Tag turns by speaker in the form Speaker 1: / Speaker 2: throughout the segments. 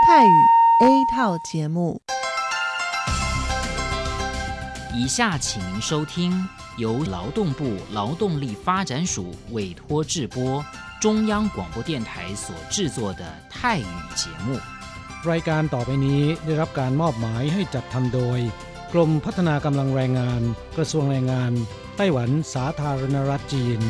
Speaker 1: 泰语 A 套节目。
Speaker 2: 以下请您收听由劳动部劳动力发展署委托制播，中央广播电台所制作的泰语节目。
Speaker 3: รายการต่อไปนี้ได้รับการมอบหมายให้จัดทำโดยกรมพัฒนากำลังแรงงานกระทรวงแรงงานไต้หวันสาธารณรัฐจีน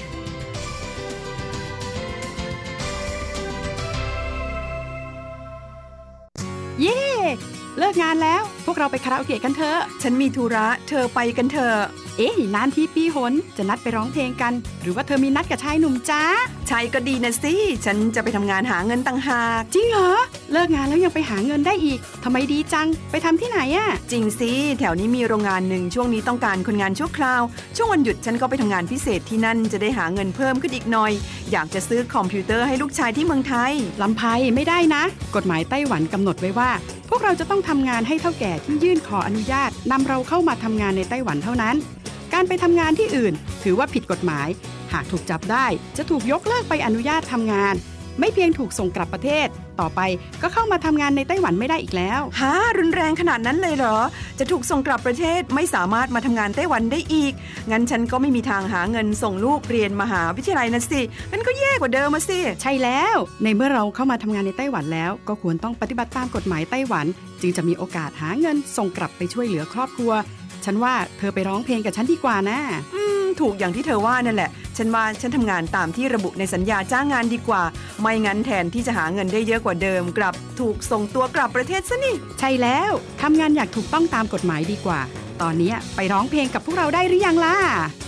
Speaker 4: เย้เลิกงานแล้วพวกเราไปคาราโอเกะกันเถอะฉันมีธุระเธอไปกันเถอะเอ๊ะนานทีปีหนจะนัดไปร้องเพลงกันหรือว่าเธอมีนัดกับชายหนุ่มจ้าชายก็ดีนะสิฉันจะไปทำงานหาเงินต่างหากจริงเหรอเลิกงานแล้วยังไปหาเงินได้อีกทำไมดีจังไปทำที่ไหนอะจริงสิแถวนี้มีโรงงานหนึ่งช่วงนี้ต้องการคนงานชั่วคราวช่วงวันหยุดฉันก็ไปทำงานพิเศษที่นั่นจะได้หาเงินเพิ่มขึ้นอีกหน่อยอยากจะซื้อคอมพิวเตอร์ให้ลูกชายที่เมืองไทยลำไพไม่ได้นะกฎหมายไต้หวันกำหนดไว้ว่าพวกเราจะต้องทำงานให้เฒ่าแก่ที่ยื่นขออนุญาตนำเราเข้ามาทำงานในไต้หวันเท่านั้นการไปทำงานที่อื่นถือว่าผิดกฎหมายหากถูกจับได้จะถูกยกเลิกใบอนุญาตทำงานไม่เพียงถูกส่งกลับประเทศต่อไปก็เข้ามาทำงานในไต้หวันไม่ได้อีกแล้วฮะรุนแรงขนาดนั้นเลยเหรอจะถูกส่งกลับประเทศไม่สามารถมาทำงานไต้หวันได้อีกงั้นฉันก็ไม่มีทางหาเงินส่งลูกเรียนมหาวิทยาลัยนะสิงั้นก็แย่กว่าเดิมมาสิใช่แล้วในเมื่อเราเข้ามาทำงานในไต้หวันแล้วก็ควรต้องปฏิบัติตามกฎหมายไต้หวันจึงจะมีโอกาสหาเงินส่งกลับไปช่วยเหลือครอบครัวฉันว่าเธอไปร้องเพลงกับฉันดีกว่านะถูกอย่างที่เธอว่านั่นแหละฉันว่าฉันทำงานตามที่ระบุในสัญญาจ้างงานดีกว่าไม่งั้นแทนที่จะหาเงินได้เยอะกว่าเดิมกลับถูกส่งตัวกลับประเทศซะนี่ใช่แล้วทำงานอยากถูกต้องตามกฎหมายดีกว่าตอนนี้ไปร้องเพลงกับพวกเราได้หรือยังล่ะ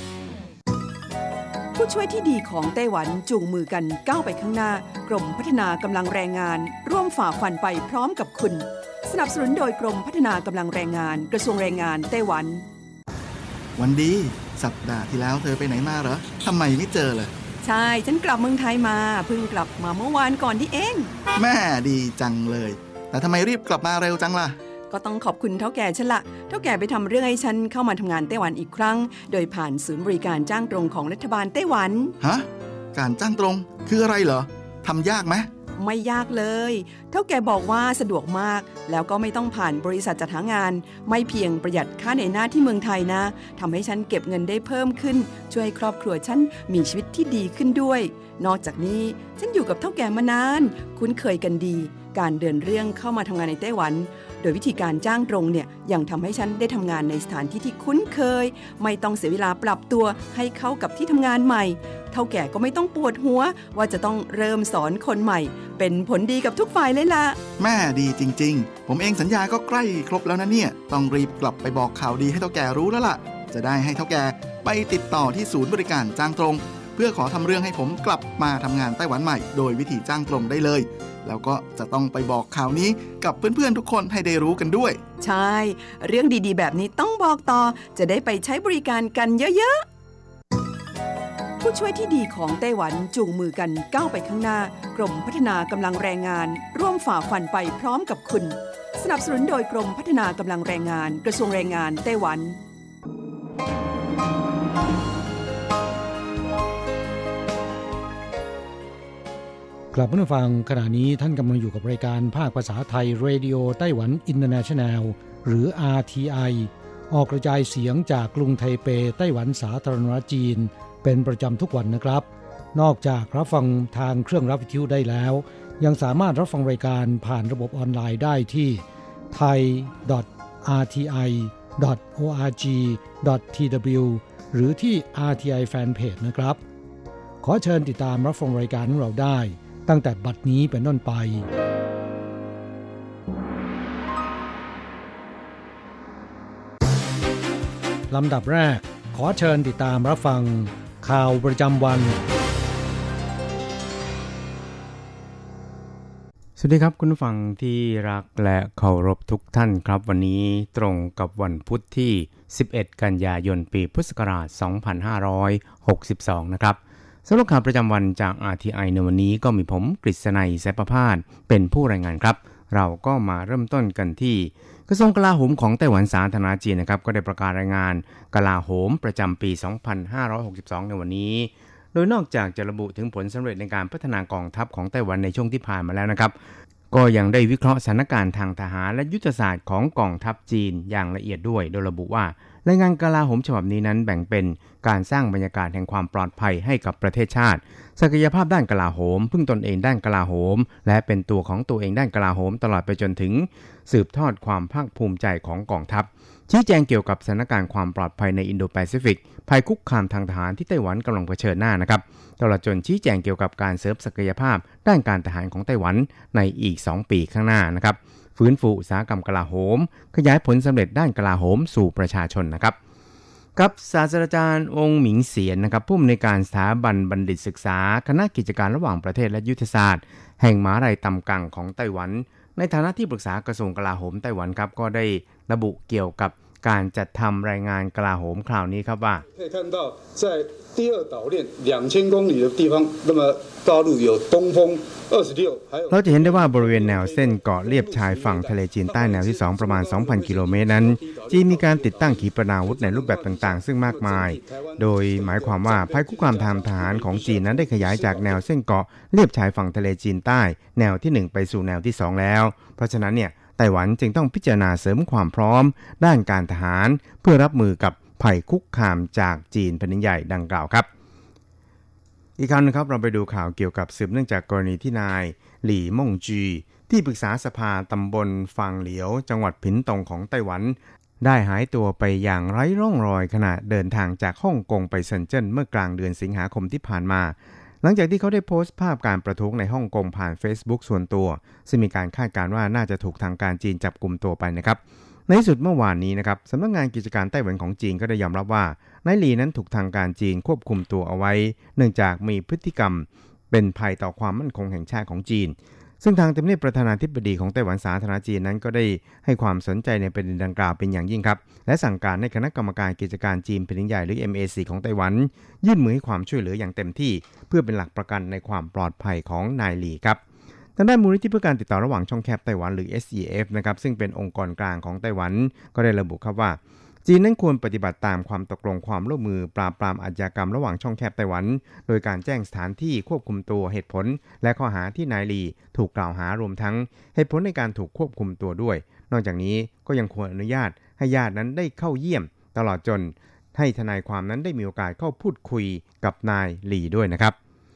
Speaker 4: ผู้ช่วยที่ดีของไต้หวันจูงมือกันก้าวไปข้างหน้ากรมพัฒนากำลังแรงงานร่วมฝ่าฟันไปพร้อมกับคุณสนับสนุนโดยกรมพัฒนากำลังแรงงานกระทรวงแรงงานไต้หวัน
Speaker 5: วันดีสัปดาห์ที่แล้วเธอไปไหนมาเหรอทำไมไม่เจอเลย
Speaker 4: ใช่ฉันกลับเมืองไทยมาเพิ่งกลับมาเมื่อวานก่อนที่เอง
Speaker 5: แม่ดีจังเลยแต่ทำไมรีบกลับมาเร็วจังล่ะ
Speaker 4: ก็ต้องขอบคุณเฒ่าแก่ฉันละเฒ่าแก่ไปทำเรื่องให้ฉันเข้ามาทำงานไต้หวันอีกครั้งโดยผ่านศูนย์บริการจ้างตรงของรัฐบาลไต้หวัน
Speaker 5: ฮะการจ้างตรงคืออะไรเหรอทำยากไหม
Speaker 4: ไม่ยากเลยเฒ่าแก่บอกว่าสะดวกมากแล้วก็ไม่ต้องผ่านบริษัทจัดหางานไม่เพียงประหยัดค่าเหนื่อยหน้าที่เมืองไทยนะทำให้ฉันเก็บเงินได้เพิ่มขึ้นช่วยให้ครอบครัวฉันมีชีวิตที่ดีขึ้นด้วยนอกจากนี้ฉันอยู่กับเฒ่าแก่มานานคุ้นเคยกันดีการเดินเรื่องเข้ามาทำงานในไต้หวันโดยวิธีการจ้างตรงเนี่ยยังทำให้ฉันได้ทำงานในสถานที่ที่คุ้นเคยไม่ต้องเสียเวลาปรับตัวให้เข้ากับที่ทำงานใหม่เฒ่าแก่ก็ไม่ต้องปวดหัวว่าจะต้องเริ่มสอนคนใหม่เป็นผลดีกับทุกฝ่ายเลยล่ะ
Speaker 5: แม่ดีจริงๆผมเองสัญญาก็ใกล้ครบแล้วนะเนี่ยต้องรีบกลับไปบอกข่าวดีให้เฒ่าแก่รู้แล้วล่ะจะได้ให้เฒ่าแก่ไปติดต่อที่ศูนย์บริการจ้างตรงเพื่อขอทำเรื่องให้ผมกลับมาทำงานไต้หวันใหม่โดยวิธีจ้างตรงได้เลยแล้วก็จะต้องไปบอกข่าวนี้กับเพื่อนๆทุกคนให้ได้รู้กันด้วย
Speaker 4: ใช่เรื่องดีๆแบบนี้ต้องบอกต่อจะได้ไปใช้บริการกันเยอะๆผู้ช่วยที่ดีของไต้หวันจูงมือกันก้าวไปข้างหน้ากรมพัฒนากำลังแรงงานร่วมฝ่าฟันไปพร้อมกับคุณสนับสนุนโดยกรมพัฒนากำลังแรงงานกระทรวงแรงงานไต้หวัน
Speaker 3: กลับมาฟังขณะนี้ท่านกำลังอยู่กับรายการภาคภาษาไทยเรดิโอไต้หวันอินเตอร์เนชั่นแนลหรือ RTI ออกกระจายเสียงจากกรุงไทเปไต้หวันสาธารณรัฐจีนเป็นประจำทุกวันนะครับนอกจากรับฟังทางเครื่องรับวิทยุได้แล้วยังสามารถรับฟังรายการผ่านระบบออนไลน์ได้ที่ thai.rti.org.tw หรือที่ RTI Fanpage นะครับขอเชิญติดตามรับฟังรายการของเราได้ตั้งแต่บัดนี้เป็นต้นไปลำดับแรกขอเชิญติดตามรับฟังข่าวประจำวัน
Speaker 6: สวัสดีครับคุณผู้ฟังที่รักและเคารพทุกท่านครับวันนี้ตรงกับวันพุธที่11กันยายนปีพุทธศักราช2562นะครับสำหรับข่าวประจำวันจาก RTI ในวันนี้ก็มีผมกฤษณัยแสประภาสเป็นผู้รายงานครับเราก็มาเริ่มต้นกันที่กระทรวงกลาโหมของไต้หวันสาธารณรัฐจีนนะครับก็ได้ประกาศรายงานกลาโหมประจำปี 2562 ในวันนี้โดยนอกจากจะระบุถึงผลสำเร็จในการพัฒนากองทัพของไต้หวันในช่วงที่ผ่านมาแล้วนะครับก็ยังได้วิเคราะห์สถานการณ์ทางทหารและยุทธศาสตร์ของกองทัพจีนอย่างละเอียดด้วยโดยระบุว่ารายงานกลาโหมฉบับนี้นั้นแบ่งเป็นการสร้างบรรยากาศแห่งความปลอดภัยให้กับประเทศชาติศักยภาพด้านกลาโหมพึ่งตนเองด้านกลาโหมและเป็นตัวของตัวเองด้านกลาโหมตลอดไปจนถึงสืบทอดความภาคภูมิใจของกองทัพชี้แจงเกี่ยวกับสถานการณ์ความปลอดภัยในอินโดแปซิฟิกภัยคุกคามทางทหารที่ไต้หวันกำลังเผชิญหน้านะครับตลอดจนชี้แจงเกี่ยวกับการเสริมศักยภาพด้านการทหารของไต้หวันในอีก2ปีข้างหน้านะครับฟื้นฟูอุตสาหกรรมกลาโหมขยายผลสำเร็จด้านกลาโหมสู่ประชาชนนะครับกับศาสตราจารย์องค์หมิงเสียนนะครับผู้อำนวยการสถาบันบัณฑิตศึกษาคณะกิจการระหว่างประเทศและยุทธศาสตร์แห่งมหาวิทยาลัยตำกังของไต้หวันในฐานะที่ปรึกษากระทรวงกลาโหมไต้หวันครับก็ได้ระบุเกี่ยวกับการจัดทำรายงานกลาโหมคราวนี้ครับว่า
Speaker 7: 第二岛链2000公里的地方那么大陆有东风26还有
Speaker 6: เราจะเห็นได้ว่าบริเวณแนวเส้นเกาะเลียบชายฝั่งทะเลจีนใต้แนวที่2ประมาณ 2,000 กิโลเมตรนั้นจีนมีการติดตั้งขีปนาวุธในรูปแบบต่างๆซึ่งมากมายโดยหมายความว่าภัยคุกคามทางทหารของจีนนั้นได้ขยายจากแนวเส้นเกาะเลียบชายฝั่งทะเลจีนใต้แนวที่1ไปสู่แนวที่2แล้วเพราะฉะนั้นเนี่ยไต้หวันจึงต้องพิจารณาเสริมความพร้อมด้านการทหารเพื่อรับมือกับภัยคุกคามจากจีนแผ่นดินใหญ่ดังกล่าวครับอีกครั้งนึงครับเราไปดูข่าวเกี่ยวกับสืบเนื่องจากกรณีที่นายหลี่ม่งจีที่ปรึกษาสภาตำบลฟางเหลียวจังหวัดผินตงของไต้หวันได้หายตัวไปอย่างไร้ร่องรอยขณะเดินทางจากฮ่องกงไปเซินเจิ้นเมื่อกลางเดือนสิงหาคมที่ผ่านมาหลังจากที่เขาได้โพสต์ภาพการประท้วงในฮ่องกงผ่าน Facebook ส่วนตัวซึ่งมีการคาดการณ์ว่าน่าจะถูกทางการจีนจับกุมตัวไปนะครับในที่สุดเมื่อวานนี้นะครับสำนักงานกิจการไต้หวันของจีนก็ได้ยอมรับว่านายหลี่นั้นถูกทางการจีนควบคุมตัวเอาไว้เนื่องจากมีพฤติกรรมเป็นภัยต่อความมั่นคงแห่งชาติของจีนซึ่งทางทำเนียบประธานาธิบดีของไต้หวันสาธารณจีนนั้นก็ได้ให้ความสนใจในประเด็นดังกล่าวเป็นอย่างยิ่งครับและสั่งการให้คณะกรรมการกิจการจีนแผ่นดินใหญ่หรือ MAC ของไต้หวันยื่นมือให้ความช่วยเหลืออย่างเต็มที่เพื่อเป็นหลักประกันในความปลอดภัยของนายหลี่ครับทางด้านมูลนิธิเพื่อการติดต่อระหว่างช่องแคบไต้หวันหรือ SEF นะครับซึ่งเป็นองค์กรกลางของไต้หวันก็ได้ระบุครับว่าจีนนั้นควรปฏิบัติตามความตกลงความร่วมมือปราบปรามอาชญากรรมระหว่างช่องแคบไต้หวันโดยการแจ้งสถานที่ควบคุมตัวเหตุผลและข้อหาที่นายหลี่ถูกกล่าวหารวมทั้งเหตุผลในการถูกควบคุมตัวด้วยนอกจากนี้ก็ยังควรอนุญาตให้ญาตินั้นได้เข้าเยี่ยมตลอดจนให้ทนายความนั้นได้มีโอกาสเข้าพูดคุยกับนายหลี่ด้วยนะครับ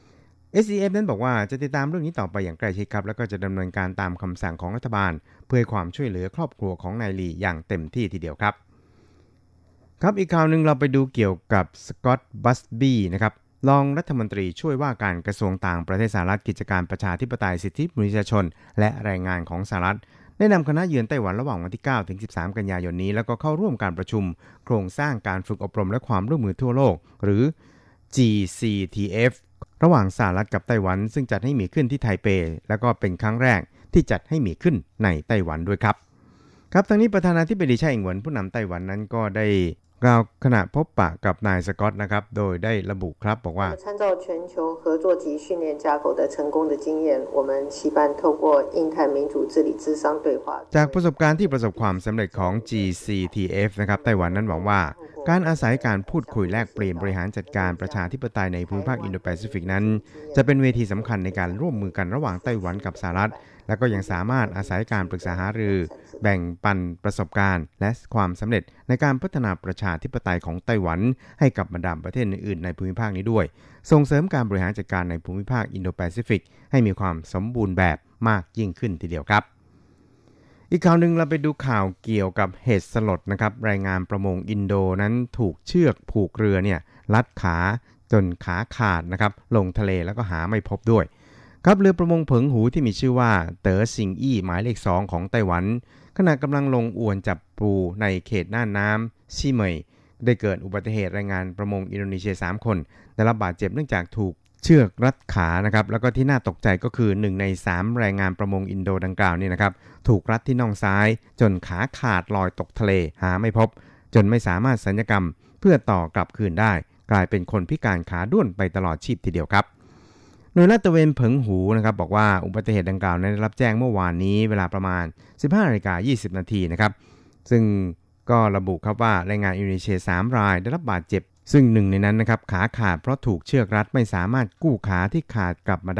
Speaker 6: SEF นั้นบอกว่าจะติดตามเรื่องนี้ต่อไปอย่างใกล้ชิดครับแล้วก็จะดำเนินการตามคำสั่งของรัฐบาลเพื่อให้ความช่วยเหลือครอบครัวของนายหลี่อย่างเต็มที่ทีเดียวครับครับอีกข่าวนึงเราไปดูเกี่ยวกับสกอตต์บัสบี้นะครับรองรัฐมนตรีช่วยว่าการกระทรวงต่างประเทศสหรัฐกิจการประชาธิปไตยสิทธิมนุษยชนและแรงงานของสหรัฐได้นำคณะเยือนไต้หวันระหว่างวันที่9ถึง13กันยายนนี้แล้วก็เข้าร่วมการประชุมโครงสร้างการฝึกอบรมและความร่วมมือทั่วโลกหรือ GCTFระหว่างสหรัฐกับไต้หวันซึ่งจัดให้มีขึ้นที่ไทเปแล้วก็เป็นครั้งแรกที่จัดให้มีขึ้นในไต้หวันด้วยครับครับทางนี้ประธานาธิบดีไช่อิงเหวินผู้นำไต้หวันนั้นก็ได้กล่าวขณะพบปะกับนายสกอตต์นะครับโดยได้ระบุครับบอกว่า
Speaker 8: 参照全球合作及训练架构的成功的经验我们期盼透过印太民主治理咨商对话
Speaker 6: จากประสบการณ์ที่ประสบความสำเร็จของ GCTF นะครับไต้หวันนั้นหวังว่าการอาศัยการพูดคุยแลกเปลี่ยนบริหารจัดการประชาธิปไตยในภูมิภาคอินโดแปซิฟิกนั้นจะเป็นเวทีสำคัญในการร่วมมือกันระหว่างไต้หวันกับสหรัฐและก็ยังสามารถอาศัยการปรึกษาหารือแบ่งปันประสบการณ์และความสำเร็จในการพัฒนาประชาธิปไตยของไต้หวันให้กับบรรดาประเทศอื่นๆในภูมิภาคนี้ด้วยส่งเสริมการบริหารจัดการในภูมิภาคอินโดแปซิฟิกให้มีความสมบูรณ์แบบมากยิ่งขึ้นทีเดียวครับอีกข่าวนึงเราไปดูข่าวเกี่ยวกับเหตุสลดนะครับรายงานประมงอินโดนั้นถูกเชือกผูกเรือเนี่ยลัดขาจนขาขาดนะครับลงทะเลแล้วก็หาไม่พบด้วยครับเรือประมงเผิงหูที่มีชื่อว่าเต๋อซิงอี้หมายเลข2ของไต้หวันขณะกำลังลงอวนจับปูในเขตน่านน้ำซีเหมยได้เกิดอุบัติเหตุรายงานประมงอินโดนีเซีย3คนได้รับบาดเจ็บเนื่องจากถูกเชือกรัดขานะครับแล้วก็ที่น่าตกใจก็คือ1ใน3แรงงานประมงอินโดดังกล่าวนี่นะครับถูกรัดที่น่องซ้ายจนขาขาดลอยตกทะเลหาไม่พบจนไม่สามารถศัลยกรรมเพื่อต่อกลับคืนได้กลายเป็นคนพิการขาด้วนไปตลอดชีพทีเดียวครับหน่วยลาดตระเวนเผิงหูนะครับบอกว่าอุบัติเหตุดังกล่าวนั้นได้รับแจ้งเมื่อวานนี้เวลาประมาณ 15:20 น.นะครับซึ่งก็ระบุครับว่าแรงงานอินโดนีเซีย3รายได้รับบาดเจ็บซึ่งหนึ่งในนั้นนะครับขาขาดเพราะถูกเชือกรัดไม่สามารถกู้ขาที่ขาดกลับมาได้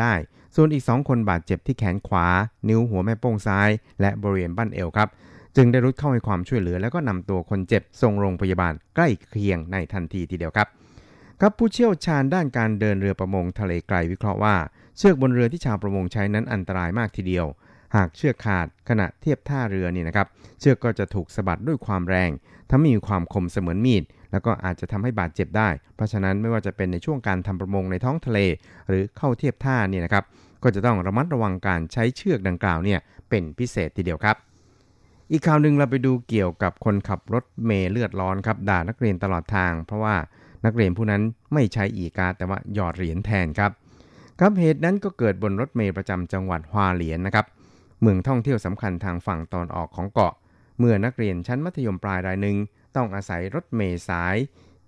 Speaker 6: ส่วนอีก2คนบาดเจ็บที่แขนขวานิ้วหัวแม่โป้งซ้ายและบริเวณบั้นเอวครับจึงได้รุดเข้าให้ความช่วยเหลือแล้วก็นำตัวคนเจ็บส่งโรงพยาบาลใกล้เคียงในทันทีทีเดียวครับผู้เชี่ยวชาญด้านการเดินเรือประมงทะเลไกลวิเคราะห์ว่าเชือกบนเรือที่ชาวประมงใช้นั้นอันตรายมากทีเดียวหากเชือกขาดขณะเทียบท่าเรือนี่นะครับเชือกก็จะถูกสะบัดด้วยความแรงทำให้มีความคมเสมือนมีดแล้วก็อาจจะทำให้บาดเจ็บได้เพราะฉะนั้นไม่ว่าจะเป็นในช่วงการทำประมงในท้องทะเลหรือเข้าเทียบท่านี่นะครับก็จะต้องระมัดระวังการใช้เชือกดังกล่าวเนี่ยเป็นพิเศษทีเดียวครับอีกข่าวนึงเราไปดูเกี่ยวกับคนขับรถเมล์เลือดร้อนครับด่านักเรียนตลอดทางเพราะว่านักเรียนผู้นั้นไม่ใช้อีการ์ดแต่ว่าหยอดเหรียญแทนครับเหตุนั้นก็เกิดบนรถเมล์ประจำจังหวัดฮวาเหลียนนะครับเมืองท่องเที่ยวสำคัญทางฝั่งตอนออกของเกาะเมื่อนักเรียนชั้นมัธยมปลายรายหนึ่งต้องอาศัยรถเมล์สาย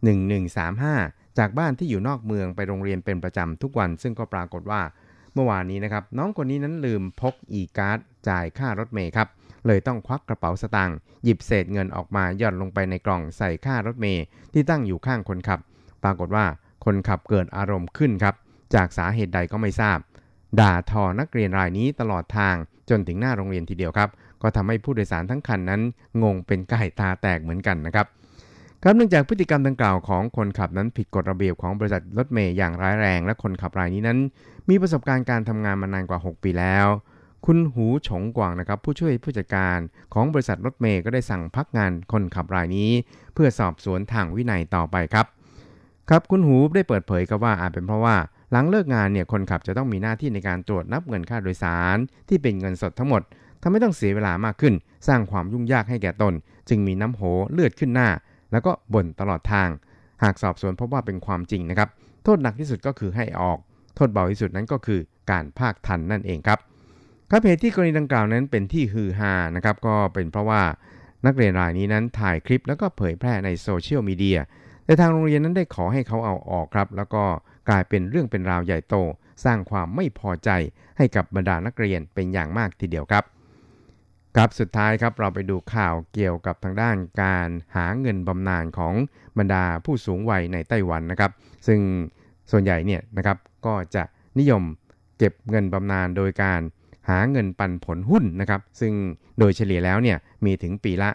Speaker 6: 1135จากบ้านที่อยู่นอกเมืองไปโรงเรียนเป็นประจำทุกวันซึ่งก็ปรากฏว่าเมื่อวานนี้นะครับน้องคนนี้นั้นลืมพกอีการ์ดจ่ายค่ารถเมล์ครับเลยต้องควักกระเป๋าสตางค์หยิบเศษเงินออกมาหย่อนลงไปในกล่องใส่ค่ารถเมล์ที่ตั้งอยู่ข้างคนขับปรากฏว่าคนขับเกิดอารมณ์ขึ้นครับจากสาเหตุใดก็ไม่ทราบด่าทอนักเรียนรายนี้ตลอดทางจนถึงหน้าโรงเรียนทีเดียวครับก็ทำให้ผู้โดยสารทั้งคันนั้นงงเป็นไก่ตาแตกเหมือนกันนะครับเนื่องจากพฤติกรรมดังกล่าวของคนขับนั้นผิดกฎระเบียบของบริษัทรถเมล์อย่างร้ายแรงและคนขับรายนี้นั้นมีประสบการณ์การทำงานมานานกว่า6 ปีแล้วคุณหูฉงกวางนะครับผู้ช่วยผู้จัดการของบริษัทรถเมล์ก็ได้สั่งพักงานคนขับรายนี้เพื่อสอบสวนทางวินัยต่อไปครับคุณหูได้เปิดเผยกับว่าอาจเป็นเพราะว่าหลังเลิกงานเนี่ยคนขับจะต้องมีหน้าที่ในการตรวจนับเงินค่าโดยสารที่เป็นเงินสดทั้งหมดทำให้ต้องเสียเวลามากขึ้นสร้างความยุ่งยากให้แก่ตนจึงมีน้ำโหเลือดขึ้นหน้าแล้วก็บ่นตลอดทางหากสอบสวนพบว่าเป็นความจริงนะครับโทษหนักที่สุดก็คือให้ออกโทษเบาที่สุดนั้นก็คือการภาคทันนั่นเองครับเหตุที่กรณีดังกล่าวนั้นเป็นที่ฮือฮานะครับก็เป็นเพราะว่านักเรียนรายนี้นั้นถ่ายคลิปแล้วก็เผยแพร่ในโซเชียลมีเดียแต่ทางโรงเรียนนั้นได้ขอให้เขาเอาออกครับแล้วก็กลายเป็นเรื่องเป็นราวใหญ่โตสร้างความไม่พอใจให้กับบรรดานักเรียนเป็นอย่างมากทีเดียวครับสุดท้ายครับเราไปดูข่าวเกี่ยวกับทางด้านการหาเงินบำนาญของบรรดาผู้สูงวัยในไต้หวันนะครับซึ่งส่วนใหญ่เนี่ยนะครับก็จะนิยมเก็บเงินบำนาญโดยการหาเงินปันผลหุ้นนะครับซึ่งโดยเฉลี่ยแล้วเนี่ยมีถึงปีละ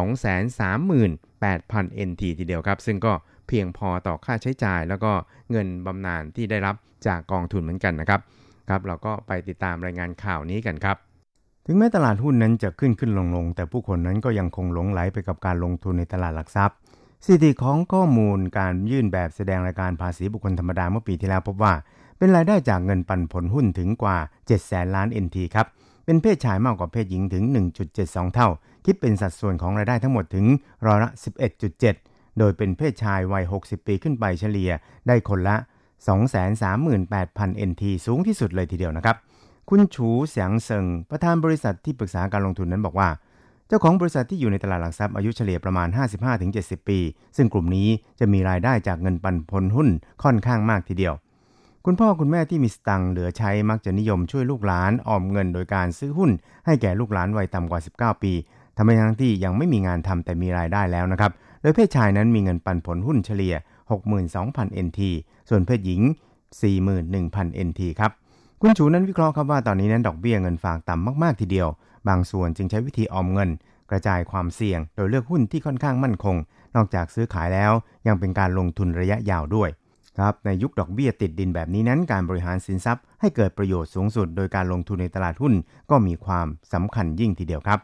Speaker 6: 238,000 NT ทีเดียวครับซึ่งก็เพียงพอต่อค่าใช้จ่ายแล้วก็เงินบำนาญที่ได้รับจากกองทุนเหมือนกันนะครับเราก็ไปติดตามรายงานข่าวนี้กันครับถึงแม้ตลาดหุ้นนั้นจะขึ้นลงแต่ผู้คนนั้นก็ยังคงหลงไหลไปกับการลงทุนในตลาดหลักทรัพย์สถิติของข้อมูลการยื่นแบบแสดงรายการภาษีบุคคลธรรมดาเมื่อปีที่แล้วพบว่าเป็นรายได้จากเงินปันผลหุ้นถึงกว่า 700,000 ล้าน NT ครับเป็นเพศชายมากกว่าเพศหญิงถึง 1.72 เท่าคิดเป็นสัดส่วนของรายได้ทั้งหมดถึงร้อยละ 11.7 โดยเป็นเพศชายวัย60 ปีขึ้นไปเฉลี่ยได้คนละ 238,000 NT สูงที่สุดเลยทีเดียวนะครับคุณฉูเสียงเซิงประธานบริษัทที่ปรึกษาการลงทุนนั้นบอกว่าเจ้าของบริษัทที่อยู่ในตลาดหลักทรัพย์อายุเฉลี่ยประมาณ 55-70 ปีซึ่งกลุ่มนี้จะมีรายได้จากเงินปันผลหุ้นค่อนข้างมากทีเดียวคุณพ่อคุณแม่ที่มีสตังค์เหลือใช้มักจะนิยมช่วยลูกหลานออมเงินโดยการซื้อหุ้นให้แก่ลูกหลานวัยต่ำกว่า19 ปีทำให้ทั้งที่ยังไม่มีงานทำแต่มีรายได้แล้วนะครับโดยเพศชายนั้นมีเงินปันผลหุ้นเฉลี่ย 62,000 NT ส่วนเพศหญิง 41,000 NT ครับคุณฉูนั้นวิเคราะห์ครับว่าตอนนี้นั้นดอกเบี้ยเงินฝากต่ำมากๆทีเดียวบางส่วนจึงใช้วิธีออมเงินกระจายความเสี่ยงโดยเลือกหุ้นที่ค่อนข้างมั่นคงนอกจากซื้อขายแล้วยังเป็นการลงทุนระยะยาวด้วยครับในยุคดอกเบี้ยติดดินแบบนี้นั้นการบริหารสินทรัพย์ให้เกิดประโยชน์สูงสุดโดยการลงทุนในตลาดหุ้นก็มีความสำคัญยิ่งทีเดียวครับ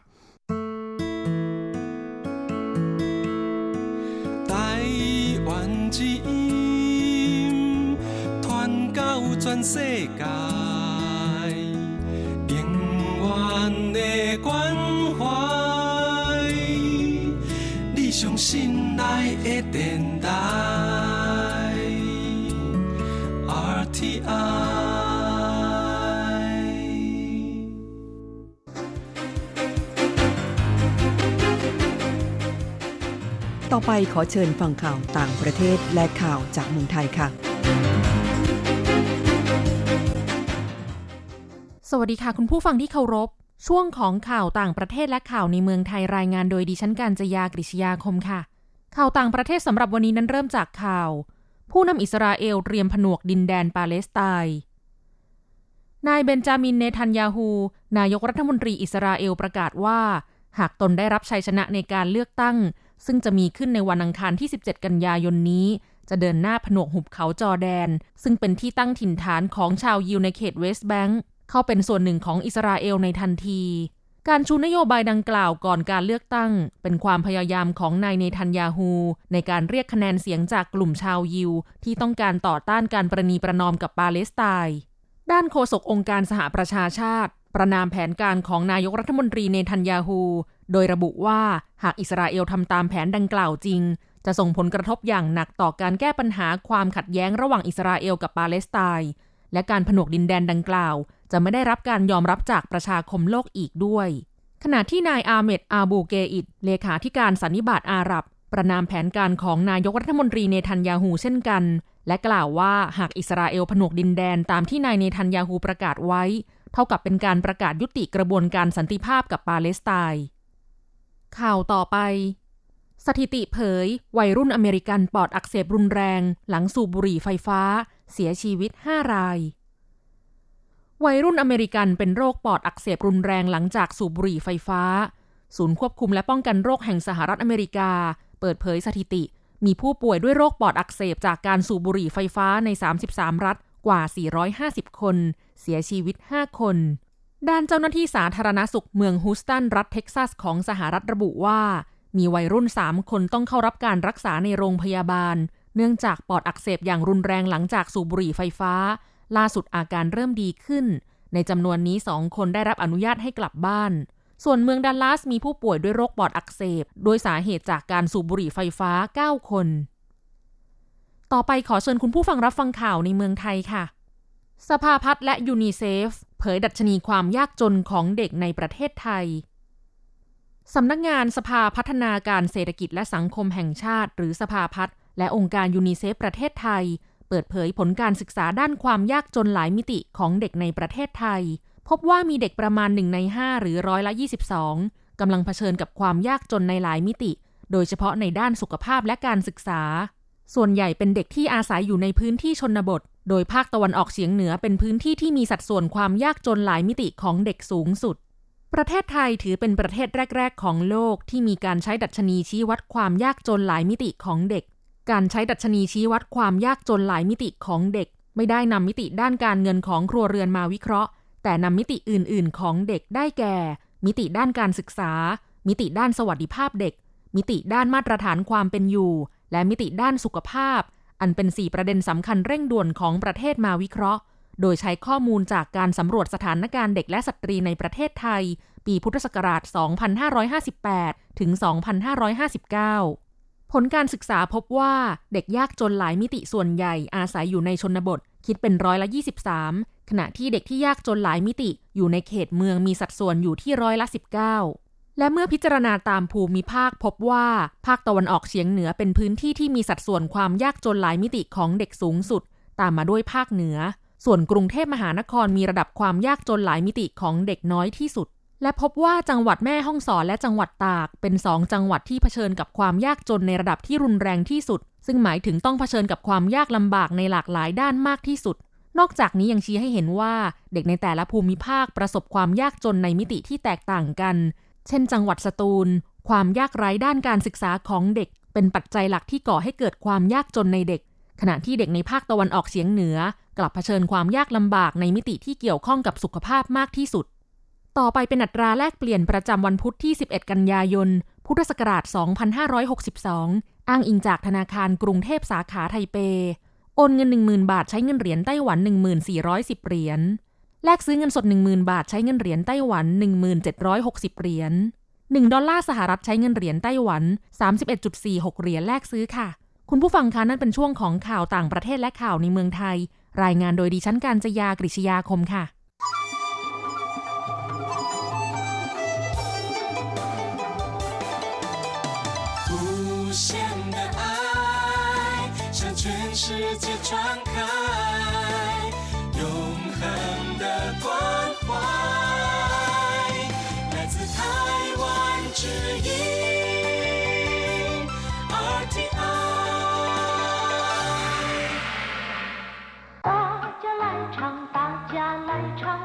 Speaker 6: ไต้หวันจี团到全世界永远的关怀你上心爱的电台RTI
Speaker 4: ต่อไปขอเชิญฟังข่าวต่างประเทศและข่าวจากเมืองไทยค่ะ
Speaker 9: สวัสดีค่ะคุณผู้ฟังที่เคารพช่วงของข่าวต่างประเทศและข่าวในเมืองไทยรายงานโดยดิฉันกาญจยากฤษยาคมค่ะข่าวต่างประเทศสำหรับวันนี้นั้นเริ่มจากข่าวผู้นำอิสราเอลเตรียมผนวกดินแดนปาเลสไตน์นายเบนจามินเนทันยาฮูนายกรัฐมนตรีอิสราเอลประกาศว่าหากตนได้รับชัยชนะในการเลือกตั้งซึ่งจะมีขึ้นในวันอังคารที่17กันยายนนี้จะเดินหน้าผนวกหุบเขาจอร์แดนซึ่งเป็นที่ตั้งถิ่นฐานของชาวยิวในเขตเวสต์แบงก์เข้าเป็นส่วนหนึ่งของอิสราเอลในทันทีการชูนโยบายดังกล่าวก่อนการเลือกตั้งเป็นความพยายามของนายเนทันยาฮูในการเรียกคะแนนเสียงจากกลุ่มชาวยิวที่ต้องการต่อต้านการประนีประนอมกับปาเลสไตน์ด้านโฆษกองค์การสหประชาชาติประณามแผนการของนายกรัฐมนตรีเนทันยาฮูโดยระบุว่าหากอิสราเอลทำตามแผนดังกล่าวจริงจะส่งผลกระทบอย่างหนักต่อการแก้ปัญหาความขัดแย้งระหว่างอิสราเอลกับปาเลสไตน์และการผนวกดินแดนดังกล่าวจะไม่ได้รับการยอมรับจากประชาคมโลกอีกด้วยขณะที่นายอาเมดอาบูเกอิดเลขาธิการสันนิบาตอาหรับประณามแผนการของนายกรัฐมนตรีเนทันยาฮูเช่นกันและกล่าวว่าหากอิสราเอลผนวกดินแดนตามที่นายเนทันยาฮูประกาศไว้เท่ากับเป็นการประกาศยุติกระบวนการสันติภาพกับปาเลสไตน์ข่าวต่อไปสถิติเผยวัยรุ่นอเมริกันปอดอักเสบรุนแรงหลังสูบบุหรี่ไฟฟ้าเสียชีวิต5 รายวัยรุ่นอเมริกันเป็นโรคปอดอักเสบรุนแรงหลังจากสูบบุหรี่ไฟฟ้าศูนย์ควบคุมและป้องกันโรคแห่งสหรัฐอเมริกาเปิดเผยสถิติมีผู้ป่วยด้วยโรคปอดอักเสบจากการสูบบุหรี่ไฟฟ้าใน33รัฐกว่า450คนเสียชีวิต5คนด้านเจ้าหน้าที่สาธารณสุขเมืองฮูสตันรัฐเท็กซัสของสหรัฐระบุว่ามีวัยรุ่น3คนต้องเข้ารับการรักษาในโรงพยาบาลเนื่องจากปอดอักเสบอย่างรุนแรงหลังจากสูบบุหรี่ไฟฟ้าล่าสุดอาการเริ่มดีขึ้นในจำนวนนี้2คนได้รับอนุญาตให้กลับบ้านส่วนเมืองดัลลัสมีผู้ป่วยด้วยโรคปอดอักเสบโดยสาเหตุจากการสูบบุหรี่ไฟฟ้า9คนต่อไปขอเชิญคุณผู้ฟังรับฟังข่าวในเมืองไทยค่ะสภาพัฒน์และยูนิเซฟเผยดัชนีความยากจนของเด็กในประเทศไทยสำนักงานสภาพัฒนาการเศรษฐกิจและสังคมแห่งชาติหรือสภาพัฒน์และองค์การยูนิเซฟประเทศไทยเปิดเผยผลการศึกษาด้านความยากจนหลายมิติของเด็กในประเทศไทยพบว่ามีเด็กประมาณ1 ใน 5หรือ22%กำลังเผชิญกับความยากจนในหลายมิติโดยเฉพาะในด้านสุขภาพและการศึกษาส่วนใหญ่เป็นเด็กที่อาศัยอยู่ในพื้นที่ชนบทโดยภาคตะวันออกเฉียงเหนือเป็นพื้นที่ที่มีสัดส่วนความยากจนหลายมิติของเด็กสูงสุดประเทศไทยถือเป็นประเทศแรกๆของโลกที่มีการใช้ดัชนีชี้วัดความยากจนหลายมิติของเด็กการใช้ดัชนีชี้วัดความยากจนหลายมิติของเด็กไม่ได้นำมิติด้านการเงินของครัวเรือนมาวิเคราะห์แต่นำมิติอื่นๆของเด็กได้แก่มิติด้านการศึกษามิติด้านสวัสดิภาพเด็กมิติด้านมาตรฐานความเป็นอยู่และมิติด้านสุขภาพอันเป็น4ประเด็นสำคัญเร่งด่วนของประเทศมาวิเคราะห์โดยใช้ข้อมูลจากการสำรวจสถานการณ์เด็กและสตรีในประเทศไทยปีพุทธศักราช 2558 ถึง 2559 ผลการศึกษาพบว่าเด็กยากจนหลายมิติส่วนใหญ่อาศัยอยู่ในชนบทคิดเป็น23%ขณะที่เด็กที่ยากจนหลายมิติอยู่ในเขตเมืองมีสัดส่วนอยู่ที่19%และเมื่อพิจารณาตามภูมิภาคพบว่าภาคตะวันออกเฉียงเหนือเป็นพื้นที่ที่มีสัดส่วนความยากจนหลายมิติของเด็กสูงสุดตามมาด้วยภาคเหนือส่วนกรุงเทพมหานครมีระดับความยากจนหลายมิติของเด็กน้อยที่สุดและพบว่าจังหวัดแม่ฮ่องสอนและจังหวัดตากเป็น2จังหวัดที่เผชิญกับความยากจนในระดับที่รุนแรงที่สุดซึ่งหมายถึงต้องเผชิญกับความยากลำบากในหลากหลายด้านมากที่สุดนอกจากนี้ยังชี้ให้เห็นว่าเด็กในแต่ละภูมิภาคประสบความยากจนในมิติที่แตกต่างกันเช่นจังหวัดสตูลความยากไร้ด้านการศึกษาของเด็กเป็นปัจจัยหลักที่ก่อให้เกิดความยากจนในเด็กขณะที่เด็กในภาคตะวันออกเฉียงเหนือกลับเผชิญความยากลำบากในมิติที่เกี่ยวข้องกับสุขภาพมากที่สุดต่อไปเป็นอัตราแลกเปลี่ยนประจำวันพุธที่11กันยายนพุทธศักราช 2562 อ้างอิงจากธนาคารกรุงเทพสาขาไทเปโอนเงิน 10,000 บาทใช้เงินเหรียญไต้หวัน 1410 เหรียญแลกซื้อเงินสด 10,000 บาทใช้เงินเหรียญไต้หวัน 1760 เหรียญ1ดอลลาร์สหรัฐใช้เงินเหรียญไต้หวัน 31.46 เหรียญแลกซื้อค่ะคุณผู้ฟังคะนั่นเป็นช่วงของข่าวต่างประเทศและข่าวในเมืองไทยรายงานโดยดิฉันกาญจยากฤษยาคมค่ะ
Speaker 10: 世界传开永恒的关怀来自台湾之音 RTI 大家来唱大家来唱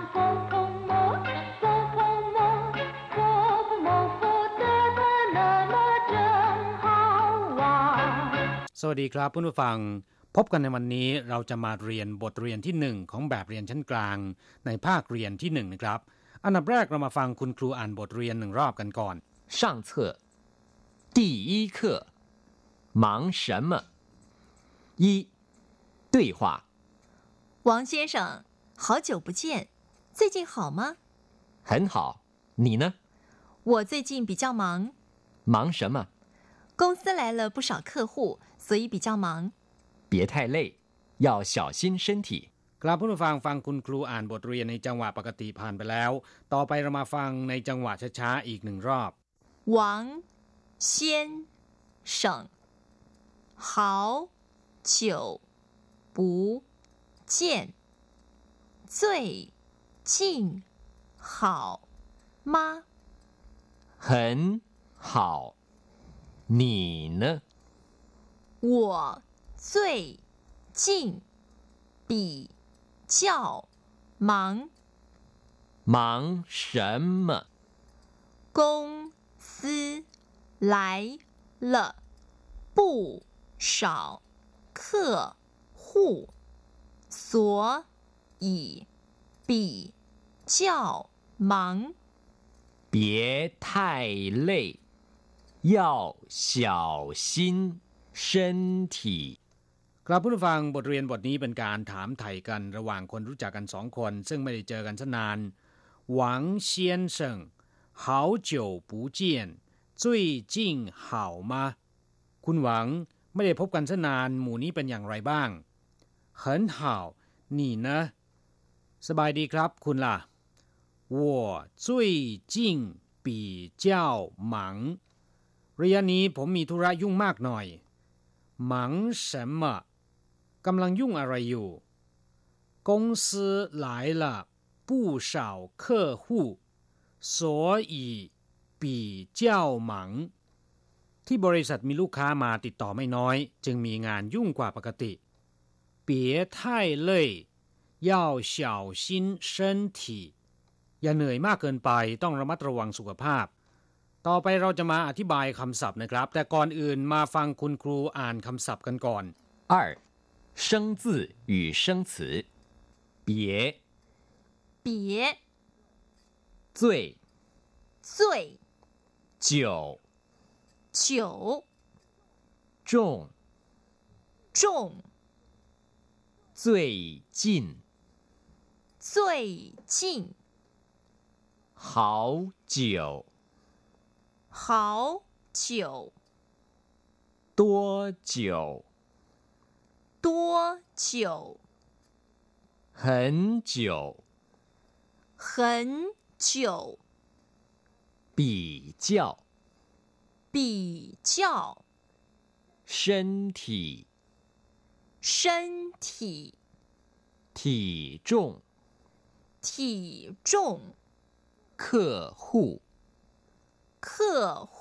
Speaker 3: สวัสดีครับผู้ฟังพบกันในวันนี้เราจะมาเรียนบทเรียนที่1ของแบบเรียนชั้นกลางในภาคเรียนที่1นะครับอันดับแรกเรามาฟังคุณครูอ่านบทเรียน1รอบกันก่อน
Speaker 11: 上册第一课忙什么一对话
Speaker 12: 王先生好久不见最近好吗
Speaker 11: 很好你呢
Speaker 12: 我最近比较忙
Speaker 11: 忙什么
Speaker 12: 公司来了不少客户所以比较忙
Speaker 11: 别太累要小心身体
Speaker 3: ครับผู้ฟังฟังคุณครูอ่านบทเรียนในจังหวะปกติผ่านไปแล้วต่อไปเรามาฟังในจังหวะช้าๆอีก1รอบ
Speaker 12: 王先生好久不见最近好吗
Speaker 11: 很好你呢
Speaker 12: 我最近比较忙
Speaker 11: 忙什么
Speaker 12: 公司来了不少客户所以比较忙
Speaker 11: 别太累要小心身体
Speaker 3: ครับผู้ฟังบทเรียนบทนี้เป็นการถามไถ่กันระหว่างคนรู้จักกัน2คนซึ่งไม่ได้เจอกันนานหวัง先生好久不见最近好吗คุณหวังไม่ได้พบกันนานหมู่นี้เป็นอย่างไรบ้าง很好你呢สบายดีครับคุณล่ะ我最近比较忙ระยะนี้ผมมีธุระยุ่งมากหน่อย忙什么กำลังยุ่งอะไรอยู่公司来了不少客户所以比较忙ที่บริษัทมีลูกค้ามาติดต่อไม่น้อยจึงมีงานยุ่งกว่าปกติ别太累要小心身体อย่าเหนื่อยมากเกินไปต้องระมัดระวังสุขภาพต่อไปเราจะมาอธิบายคำศัพท์นะครับแต่ก่อนอื่นมาฟังคุณครูอ่านคำศัพท์กันก่อน
Speaker 11: 2生字与生词别
Speaker 12: 别
Speaker 11: 最
Speaker 12: 最
Speaker 11: 久
Speaker 12: 久
Speaker 11: 重
Speaker 12: 重
Speaker 11: 最近
Speaker 12: 最近
Speaker 11: 好久
Speaker 12: 好久
Speaker 11: 多久
Speaker 12: 多久
Speaker 11: 很久
Speaker 12: 很久
Speaker 11: 比较
Speaker 12: 比较
Speaker 11: 身体
Speaker 12: 身体
Speaker 11: 体重
Speaker 12: 体重
Speaker 11: 客户
Speaker 12: 客户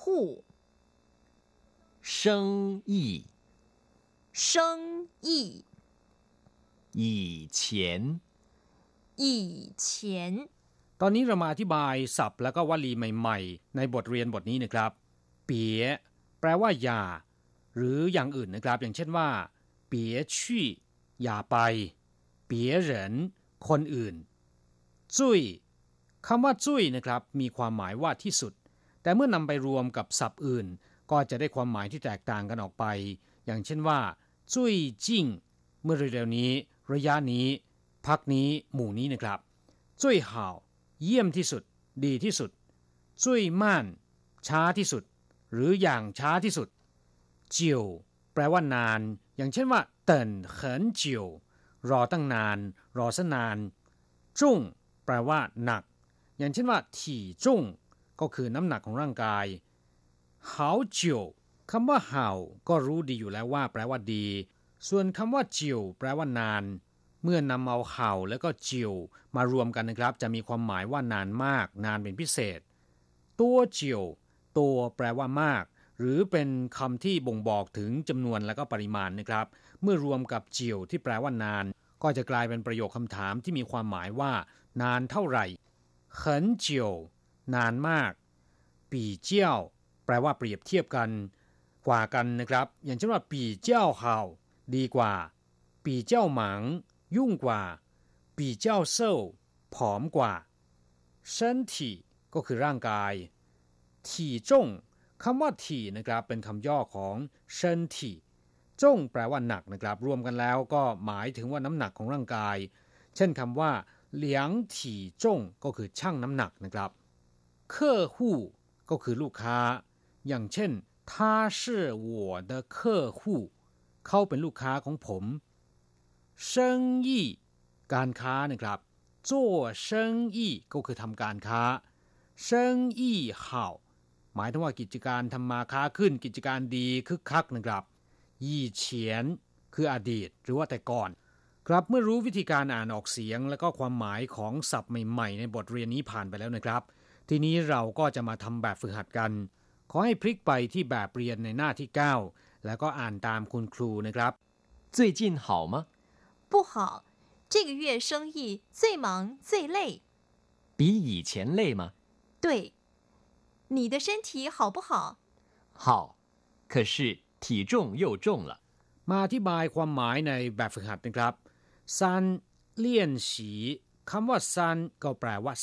Speaker 11: 生意
Speaker 12: 生意
Speaker 11: 以前
Speaker 12: 以前
Speaker 3: ตอนนี้เรามาอธิบายศัพท์แล้วก็วลีใหม่ๆในบทเรียนบทนี้นะครับเปี๋ยแปลว่าอย่าหรืออย่างอื่นนะครับอย่างเช่นว่าเปี๋ยชี่อย่าไปเปี๋ยเหรินคนอื่นจุ้ยคำว่าจุ้ยนะครับมีความหมายว่าที่สุดแต่เมื่อนำไปรวมกับศัพท์อื่นก็จะได้ความหมายที่แตกต่างกันออกไปอย่างเช่นว่าจุ้ยจิ้งเมื่อเร็วๆนี้ระยะนี้พักนี้หมู่นี้นะครับจุ้ยห่าวเยี่ยมที่สุดดีที่สุดจุ้ยม่านช้าที่สุดหรืออย่างช้าที่สุดเจียวแปลว่านานอย่างเช่นว่าเติ่นเขินเจียวรอตั้งนานรอซะนานจุ้งแปลว่าหนักอย่างเช่นว่าถี่จุ้งก็คือน้ำหนักของร่างกายหาวเจียวคำว่าหาวก็รู้ดีอยู่แล้วว่าแปลว่าดีส่วนคำว่าเจียวแปลว่านานเมื่อนำเอาหาวแล้วก็เจียวมารวมกันนะครับจะมีความหมายว่านานมากนานเป็นพิเศษตัวเจียวตัวแปลว่ามากหรือเป็นคำที่บ่งบอกถึงจำนวนและก็ปริมาณนะครับเมื่อรวมกับเจียวที่แปลว่านานก็จะกลายเป็นประโยคคำถามที่มีความหมายว่านานเท่าไหร่很久นานมากปี่เจี้ยวแปลว่าเปรียบเทียบกันกว่ากันนะครับอย่างเช่นว่าปีเจ้าเฮาดีกว่าปีเจ้าหมังยุ่งกว่าปีเจ้าเซ่าผอมกว่า身体ก็คือร่างกายถี่จงคำว่าถี่นะครับเป็นคำย่อของ身体จงแปลว่าหนักนะครับรวมกันแล้วก็หมายถึงว่าน้ำหนักของร่างกายเช่นคำว่าเหลียงถี่จงก็คือชั่งน้ำหนักนะครับเคอหู้ก็คือลูกค้าอย่างเช่น他是我的客户เขาเป็นลูกค้าของผม生意การค้านะครับ做生意ก็คือทำการค้า生意好หมายถึงว่ากิจการทำมาค้าขึ้นกิจการดีคึกคักนะครับยี่เฉียนคืออดีตหรือว่าแต่ก่อนครับเมื่อรู้วิธีการอ่านออกเสียงและก็ความหมายของศัพท์ใหม่ๆในบทเรียนนี้ผ่านไปแล้วนะครับทีนี้เราก็จะมาทำแบบฝึกหัดกันขอให้พลิกไปที่แบบเรียนในหน้าที่9แล้วก็อ่านตามคุณครูนะครับ
Speaker 11: 最近好吗？
Speaker 12: 不好，这个月生意最忙最累。
Speaker 11: 比以前累吗？
Speaker 12: 对，你的身体好不好？
Speaker 11: 好，可是体重又重了。
Speaker 3: มาอธิบายความหมายในแบบฝึกหัดนะครับซันเลี่ยนฉีคำว่าซันก็แปลว่า